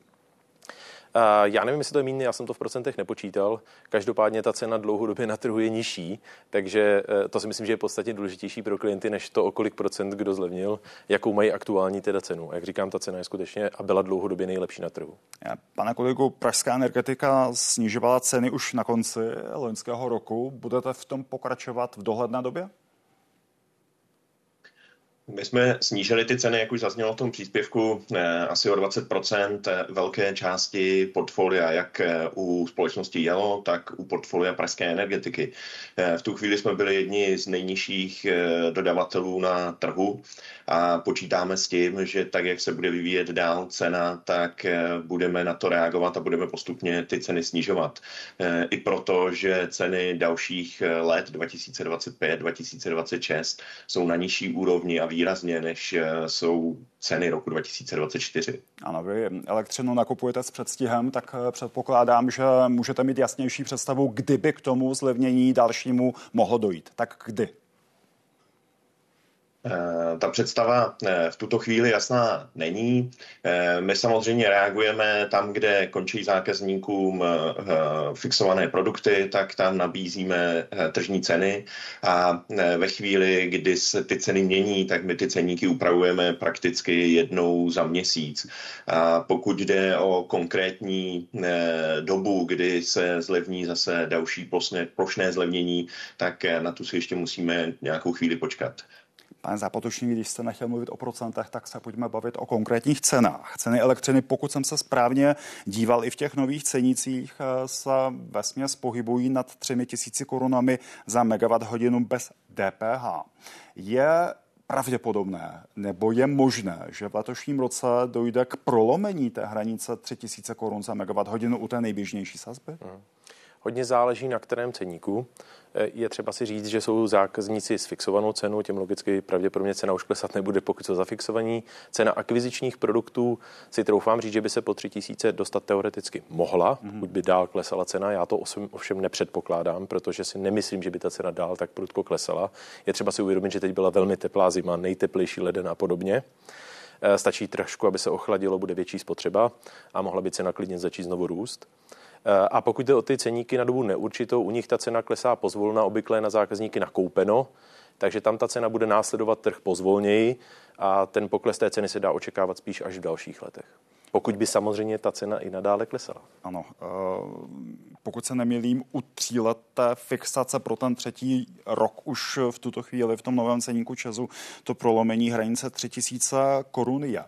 Já nevím, jestli to je méně, já jsem to v procentech nepočítal. Každopádně ta cena dlouhodobě na trhu je nižší, takže to si myslím, že je podstatně důležitější pro klienty, než to, o kolik procent kdo zlevnil, jakou mají aktuální teda cenu. A jak říkám, ta cena je skutečně a byla dlouhodobě nejlepší na trhu. Pane kolego, Pražská energetika snižovala ceny už na konci loňského roku. Budete v tom pokračovat v dohledné době? My jsme snížili ty ceny, jak už zaznělo v tom příspěvku, asi o 20% velké části portfolia, jak u společnosti Jelo, tak u portfolia pražské energetiky. V tu chvíli jsme byli jedni z nejnižších dodavatelů na trhu a počítáme s tím, že tak, jak se bude vyvíjet dál cena, tak budeme na to reagovat a budeme postupně ty ceny snižovat. I proto, že ceny dalších let 2025, 2026 jsou na nižší úrovni a výrazně, než jsou ceny roku 2024. Ano, vy elektřinu nakupujete s předstihem, tak předpokládám, že můžete mít jasnější představu, kdyby k tomu zlevnění dalšímu mohlo dojít. Tak kdy? Ta představa v tuto chvíli jasná není. My samozřejmě reagujeme tam, kde končí zákazníkům fixované produkty, tak tam nabízíme tržní ceny a ve chvíli, kdy se ty ceny mění, tak my ty ceníky upravujeme prakticky jednou za měsíc. A pokud jde o konkrétní dobu, kdy se zlevní zase další plošné zlevnění, tak na tu si ještě musíme nějakou chvíli počkat. Pane Zápotočník, když jste nechtěl mluvit o procentech, tak se pojďme bavit o konkrétních cenách. Ceny elektřiny, pokud jsem se správně díval, i v těch nových cenících se vesměs pohybují nad 3 000 korunami za megawatt hodinu bez DPH. Je pravděpodobné, nebo je možné, že v letošním roce dojde k prolomení té hranice 3 000 korun za megawatt hodinu u té nejběžnější sazby? Hodně záleží na kterém ceníku. Je třeba si říct, že jsou zákazníci s fixovanou cenou, těm logicky pravděpodobně cena už klesat nebude, pokud jsou zafixovaní. Cena akvizičních produktů si troufám říct, že by se po 3 000 dostat teoreticky mohla, pokud by dál klesala cena. Já to ovšem nepředpokládám, protože si nemyslím, že by ta cena dál tak prudko klesala. Je třeba si uvědomit, že teď byla velmi teplá zima, nejteplejší leden a podobně. Stačí trošku, aby se ochladilo, bude větší spotřeba a mohla by cena klidně začít znovu růst. A pokud jde o ty ceníky na dobu neurčitou, u nich ta cena klesá pozvolna, obvykle na zákazníky nakoupeno, takže tam ta cena bude následovat trh pozvolněji a ten pokles té ceny se dá očekávat spíš až v dalších letech. Pokud by samozřejmě ta cena i nadále klesala. Ano, pokud se nemýlím, u 3leté fixace pro ten třetí rok už v tuto chvíli v tom novém ceníku ČEZu to prolomení hranice 3 000 korun je.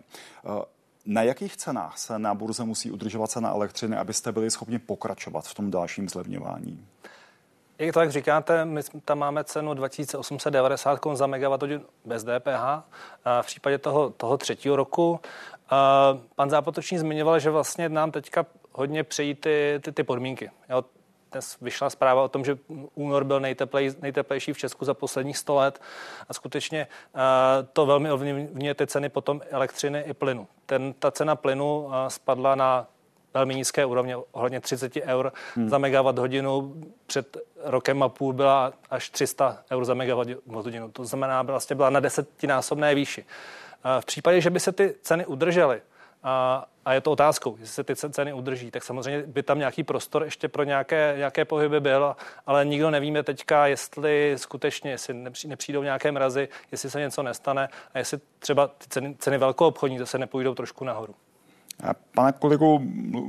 Na jakých cenách se na burze musí udržovat cena elektřiny, abyste byli schopni pokračovat v tom dalším zlevňování? Jak to tak říkáte, my tam máme cenu 2890 Kč za megawatthodinu bez DPH. V případě toho třetího roku pan Zápotočník zmiňoval, že vlastně nám teďka hodně přejí ty podmínky. Jo, dnes vyšla zpráva o tom, že únor byl nejteplejší v Česku za posledních 100 let a skutečně to velmi ovlivňuje ty ceny potom elektřiny i plynu. Ta cena plynu spadla na velmi nízké úrovně, ohledně 30 eur za megawatt hodinu. Před rokem a půl byla až 300 eur za megawatt hodinu. To znamená, vlastně byla na 10násobné výši. V případě, že by se ty ceny udržely, a je to otázkou, jestli se ty ceny udrží, tak samozřejmě by tam nějaký prostor ještě pro nějaké pohyby byl, ale nikdo nevíme teďka, jestli skutečně, jestli nepřijdou nějaké mrazy, jestli se něco nestane a jestli třeba ty ceny velkoobchodní zase nepůjdou trošku nahoru. Pane kolego,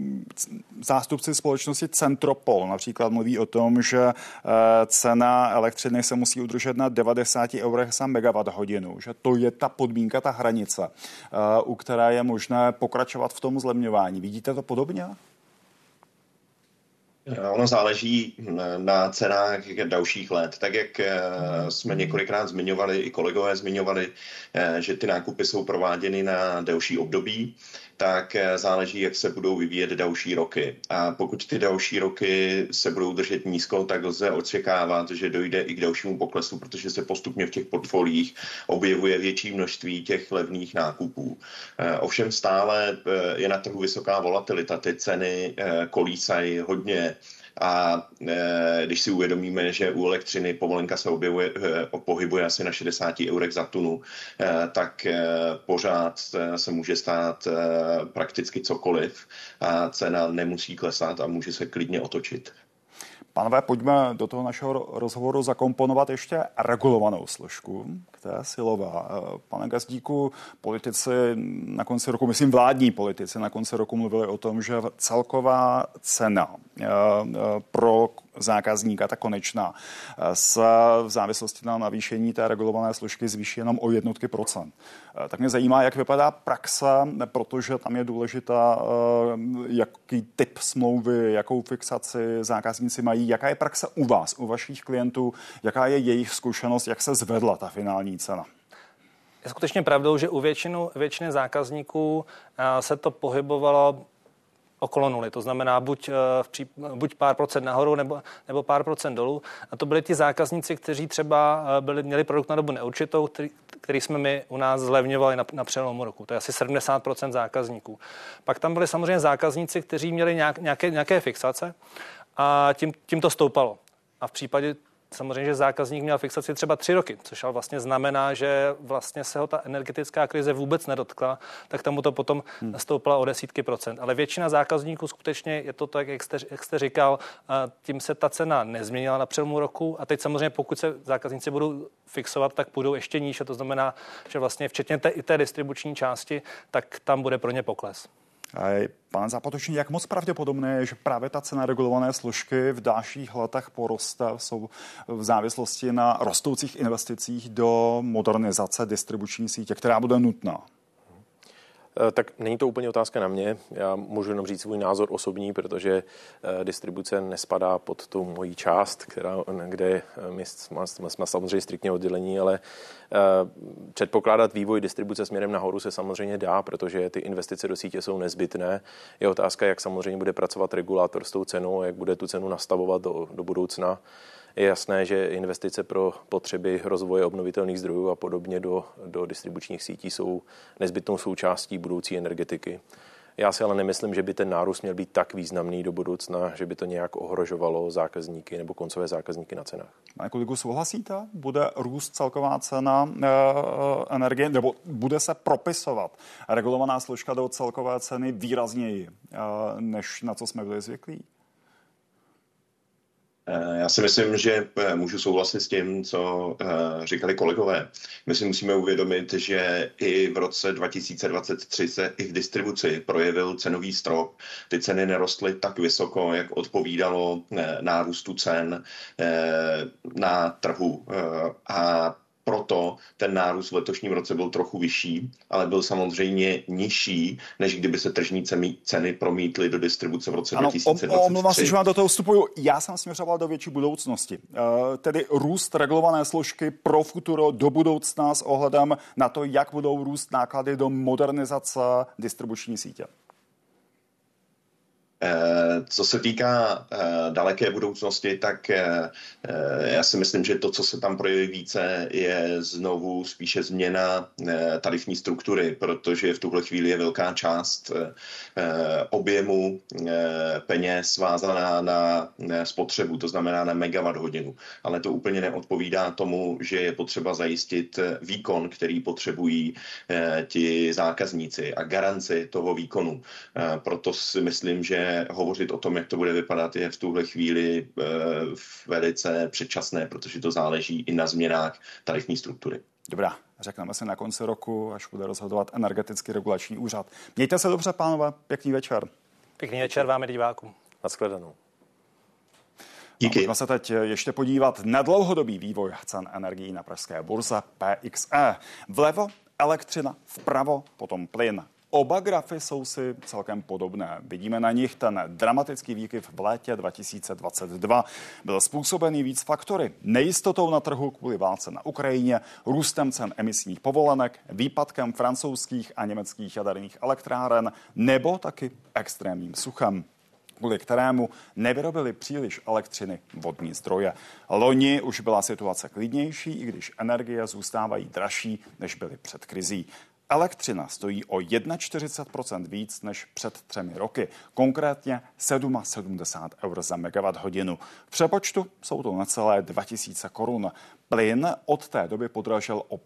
zástupci společnosti Centropol například mluví o tom, že cena elektřiny se musí udržet na 90 eurech za megawatt hodinu, že to je ta podmínka, ta hranice, u které je možné pokračovat v tom zlevňování. Vidíte to podobně? Ono záleží na cenách dalších let. Tak, jak jsme několikrát zmiňovali, i kolegové zmiňovali, že ty nákupy jsou prováděny na delší období, tak záleží, jak se budou vyvíjet další roky. A pokud ty další roky se budou držet nízko, tak lze očekávat, že dojde i k dalšímu poklesu, protože se postupně v těch portfoliích objevuje větší množství těch levných nákupů. Ovšem stále je na trhu vysoká volatilita, ty ceny kolísají hodně. A když si uvědomíme, že u elektřiny povolenka se pohybuje asi na 60 eurech za tunu, tak pořád se může stát prakticky cokoliv a cena nemusí klesat a může se klidně otočit. Pánové, pojďme do toho našeho rozhovoru zakomponovat ještě regulovanou složku, která je silová. Pane Gazdíku, politici na konci roku, myslím vládní politici, na konci roku mluvili o tom, že celková cena pro zákazníka, ta konečná, se v závislosti na navýšení té regulované složky zvýší jenom o jednotky procent. Tak mě zajímá, jak vypadá praxe, protože tam je důležitá, jaký typ smlouvy, jakou fixaci zákazníci mají, jaká je praxe u vás, u vašich klientů, jaká je jejich zkušenost, jak se zvedla ta finální cena. Je skutečně pravdou, že u většiny zákazníků se to pohybovalo okolo nuly. To znamená buď pár procent nahoru nebo pár procent dolů. A to byli ti zákazníci, kteří třeba měli produkt na dobu neurčitou, který jsme my u nás zlevňovali na přelomu roku. To je asi 70% zákazníků. Pak tam byli samozřejmě zákazníci, kteří měli nějaké fixace a tím to stoupalo. A v případě samozřejmě, že zákazník měl fixaci třeba 3 roky, což ale vlastně znamená, že vlastně se ho ta energetická krize vůbec nedotkla, tak tomu to potom stoupla o desítky procent. Ale většina zákazníků skutečně je to tak, jak jste říkal, tím se ta cena nezměnila na přelomu roku a teď samozřejmě pokud se zákazníci budou fixovat, tak půjdou ještě níž a to znamená, že vlastně včetně té distribuční části, tak tam bude pro ně pokles. Pane Zápotočný, jak moc pravděpodobné je, že právě ta cena regulované složky v dalších letech poroste jsou v závislosti na rostoucích investicích do modernizace distribuční sítě, která bude nutná? Tak není to úplně otázka na mě. Já můžu jenom říct svůj názor osobní, protože distribuce nespadá pod tu moji část, kde my jsme samozřejmě striktně oddělení, ale předpokládat vývoj distribuce směrem nahoru se samozřejmě dá, protože ty investice do sítě jsou nezbytné. Je otázka, jak samozřejmě bude pracovat regulátor s tou cenou, jak bude tu cenu nastavovat do budoucna. Je jasné, že investice pro potřeby rozvoje obnovitelných zdrojů a podobně do distribučních sítí jsou nezbytnou součástí budoucí energetiky. Já si ale nemyslím, že by ten nárůst měl být tak významný do budoucna, že by to nějak ohrožovalo zákazníky nebo koncové zákazníky na cenách. Pane kolegu, souhlasíte? Bude růst celková cena energie, nebo bude se propisovat regulovaná složka do celkové ceny výrazněji, než na co jsme byli zvyklí? Já si myslím, že můžu souhlasit s tím, co říkali kolegové. My si musíme uvědomit, že i v roce 2023 se i v distribuci projevil cenový strop. Ty ceny nerostly tak vysoko, jak odpovídalo nárůstu cen na trhu. A proto ten nárůst v letošním roce byl trochu vyšší, ale byl samozřejmě nižší, než kdyby se tržní ceny promítly do distribuce v roce 2023. Omlouvám se, že vám do toho vstupuju. Já jsem směřoval do větší budoucnosti. Tedy růst regulované složky pro futuro do budoucna s ohledem na to, jak budou růst náklady do modernizace distribuční sítě. Co se týká daleké budoucnosti, tak já si myslím, že to, co se tam projeví více, je znovu spíše změna tarifní struktury, protože v tuhle chvíli je velká část objemu peněz vázaná na spotřebu, to znamená na megawatt hodinu. Ale to úplně neodpovídá tomu, že je potřeba zajistit výkon, který potřebují ti zákazníci a garanci toho výkonu. Proto si myslím, že hovořit o tom, jak to bude vypadat, je v tuhle chvíli velice předčasné, protože to záleží i na změnách tarifní struktury. Dobrá, řekneme si na konci roku, až bude rozhodovat Energetický regulační úřad. Mějte se dobře, pánové, pěkný večer. Pěkný večer vám, divákům. Nashledanou. Díky. Pojďme se teď ještě podívat na dlouhodobý vývoj cen energií na pražské burze PXE. Vlevo elektřina, vpravo potom plyn. Oba grafy jsou si celkem podobné. Vidíme na nich ten dramatický výkyv v létě 2022. Byl způsobený víc faktory. Nejistotou na trhu kvůli válce na Ukrajině, růstem cen emisních povolenek, výpadkem francouzských a německých jaderných elektráren nebo taky extrémním suchem, kvůli kterému nevyrobili příliš elektřiny vodní zdroje. Loni už byla situace klidnější, i když energie zůstávají dražší, než byly před krizí. Elektřina stojí o 41% víc než před 3 roky, konkrétně 77 eur za megawatt hodinu. V přepočtu jsou to necelé 2000 korun. Plyn od té doby podražil o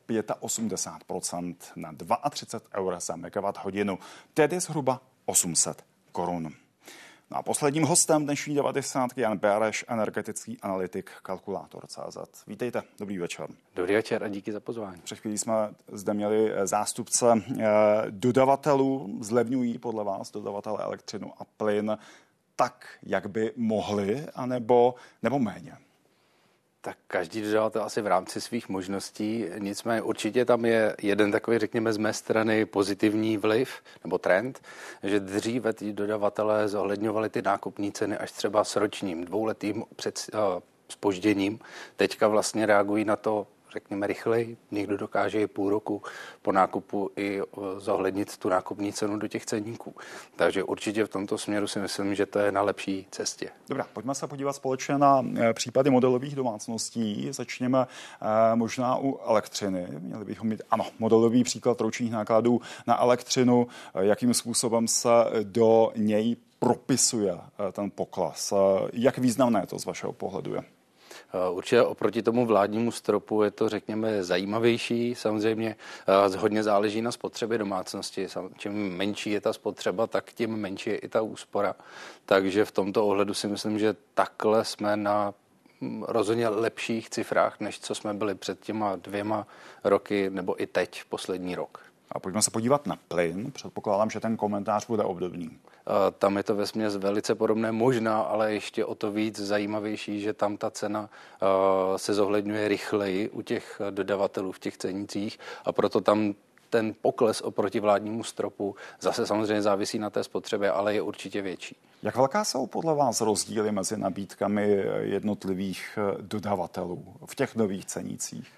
85% na 32 eur za megawatt hodinu, tedy zhruba 800 korun. No a posledním hostem dnešní 90. Jan Béreš, energetický analytik Kalkulátor.cz. Vítejte, dobrý večer. Dobrý večer a díky za pozvání. Před chvílí jsme zde měli zástupce dodavatelů, zlevňují podle vás dodavatele elektřinu a plyn. tak, jak by mohli, anebo méně? Tak každý dodavatel asi v rámci svých možností, nicméně určitě tam je jeden takový, řekněme z mé strany, pozitivní vliv nebo trend, že dříve ty dodavatelé zohledňovali ty nákupní ceny až třeba s ročním, dvouletým zpožděním. Teďka vlastně reagují na to, řekněme, rychleji. Někdo dokáže i půl roku po nákupu i zohlednit tu nákupní cenu do těch ceníků. Takže určitě v tomto směru si myslím, že to je na lepší cestě. Dobrá, pojďme se podívat společně na případy modelových domácností. Začněme možná u elektřiny. Měli bychom mít, modelový příklad ročních nákladů na elektřinu. Jakým způsobem se do něj propisuje ten pokles? Jak významné to z vašeho pohledu je? Určitě oproti tomu vládnímu stropu je to, řekněme, zajímavější. Samozřejmě hodně záleží na spotřebě domácnosti. Čím menší je ta spotřeba, tak tím menší je i ta úspora. Takže v tomto ohledu si myslím, že takhle jsme na rozhodně lepších cifrách, než co jsme byli před těma 2 roky nebo i teď, poslední rok. A pojďme se podívat na plyn. Předpokládám, že ten komentář bude obdobný. Tam je to vesměs velice podobné, možná, ale ještě o to víc zajímavější, že tam ta cena se zohledňuje rychleji u těch dodavatelů v těch cenících a proto tam ten pokles oproti vládnímu stropu zase samozřejmě závisí na té spotřebě, ale je určitě větší. Jak velká jsou podle vás rozdíly mezi nabídkami jednotlivých dodavatelů v těch nových cenících?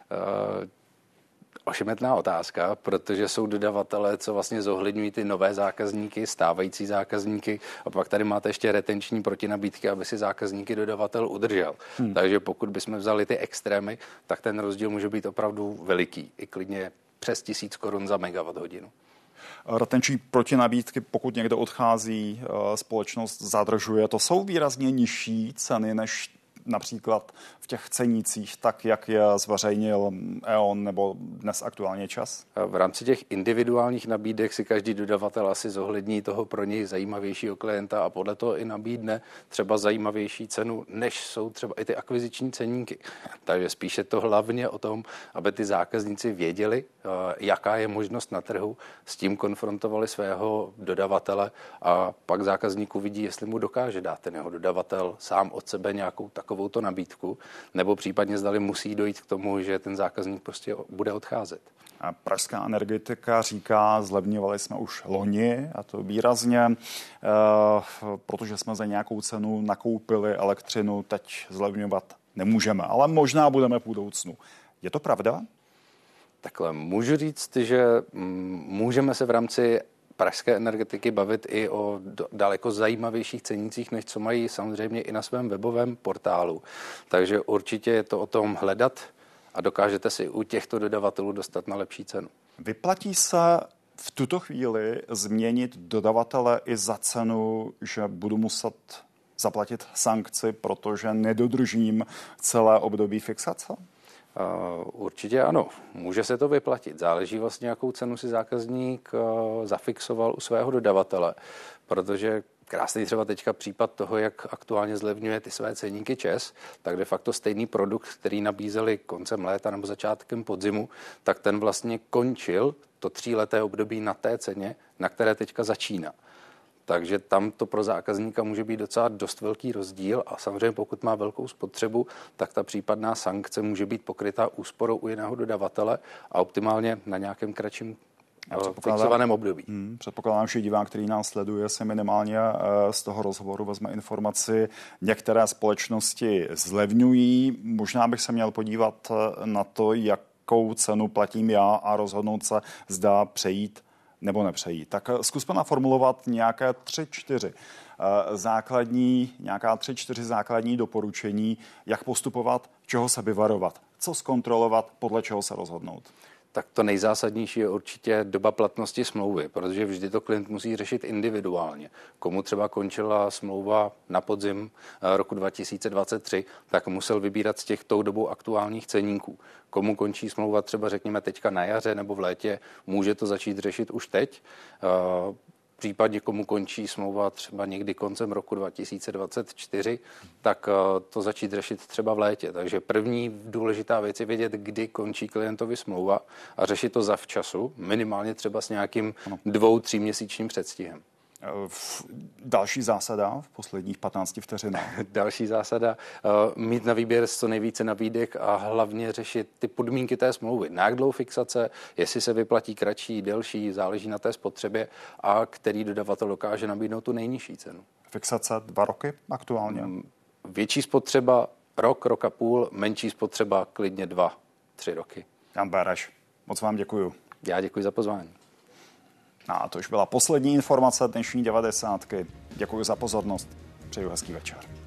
Ošemetná otázka, protože jsou dodavatelé, co vlastně zohledňují ty nové zákazníky, stávající zákazníky a pak tady máte ještě retenční protinabídky, aby si zákazníky dodavatel udržel. Takže pokud bychom vzali ty extrémy, tak ten rozdíl může být opravdu veliký, i klidně přes 1000 korun za megawatt hodinu. Retenční protinabídky, pokud někdo odchází, společnost zadržuje, to jsou výrazně nižší ceny než například v těch cenících, tak jak je zveřejnil E.ON nebo dnes aktuálně ČAS? V rámci těch individuálních nabídek si každý dodavatel asi zohlední toho pro něj zajímavějšího klienta a podle toho i nabídne třeba zajímavější cenu, než jsou třeba i ty akviziční ceníky. Takže spíše to hlavně o tom, aby ty zákazníci věděli, jaká je možnost na trhu, s tím konfrontovali svého dodavatele a pak zákazník uvidí, jestli mu dokáže dát ten jeho dodavatel sám od sebe nějakou takovouto nabídku, nebo případně zdali musí dojít k tomu, že ten zákazník prostě bude odcházet. A pražská energetika říká, zlevňovali jsme už loni a to výrazně, protože jsme za nějakou cenu nakoupili elektřinu, teď zlevňovat nemůžeme, ale možná budeme v budoucnu. Je to pravda? Takhle můžu říct, že můžeme se v rámci pražské energetiky bavit i o daleko zajímavějších cenících, než co mají samozřejmě i na svém webovém portálu. Takže určitě je to o tom hledat a dokážete si u těchto dodavatelů dostat na lepší cenu. Vyplatí se v tuto chvíli změnit dodavatele i za cenu, že budu muset zaplatit sankci, protože nedodržím celé období fixace? Určitě ano, může se to vyplatit. Záleží vlastně, jakou cenu si zákazník zafixoval u svého dodavatele, protože krásný třeba teďka případ toho, jak aktuálně zlevňuje ty své ceníky ČEZ, tak de facto stejný produkt, který nabízeli koncem léta nebo začátkem podzimu, tak ten vlastně končil to 3leté období na té ceně, na které teďka začíná. Takže tam to pro zákazníka může být docela dost velký rozdíl a samozřejmě pokud má velkou spotřebu, tak ta případná sankce může být pokrytá úsporou u jiného dodavatele a optimálně na nějakém kratším fixovaném období. Předpokládám, že divák, který nás sleduje, se minimálně z toho rozhovoru vezme informaci. Některé společnosti zlevňují. Možná bych se měl podívat na to, jakou cenu platím já a rozhodnout se, zda přejít nebo nepřejít. Tak zkusme naformulovat nějaké 3-4 základní doporučení, jak postupovat, čeho se vyvarovat, co zkontrolovat, podle čeho se rozhodnout. Tak to nejzásadnější je určitě doba platnosti smlouvy, protože vždy to klient musí řešit individuálně. Komu třeba končila smlouva na podzim roku 2023, tak musel vybírat z těch tou dobou aktuálních ceníků. Komu končí smlouva třeba řekněme teďka na jaře nebo v létě, může to začít řešit už teď. Případně komu končí smlouva třeba někdy koncem roku 2024, tak to začít řešit třeba v létě. Takže první důležitá věc je vědět, kdy končí klientovi smlouva a řešit to zavčasu, minimálně třeba s nějakým 2-3 měsíčním předstihem. Další zásada v posledních 15 vteřinách. Další zásada, mít na výběr co nejvíce nabídek a hlavně řešit ty podmínky té smlouvy. Na jak dlouho fixace, jestli se vyplatí kratší, delší, záleží na té spotřebě a který dodavatel dokáže nabídnout tu nejnižší cenu. Fixace 2 roky aktuálně? Větší spotřeba rok a půl, menší spotřeba klidně 2-3 roky. Jan Bereš, moc vám děkuju. Já děkuji za pozvání. A to už byla poslední informace dnešní 90. Děkuji za pozornost. Přeju hezký večer.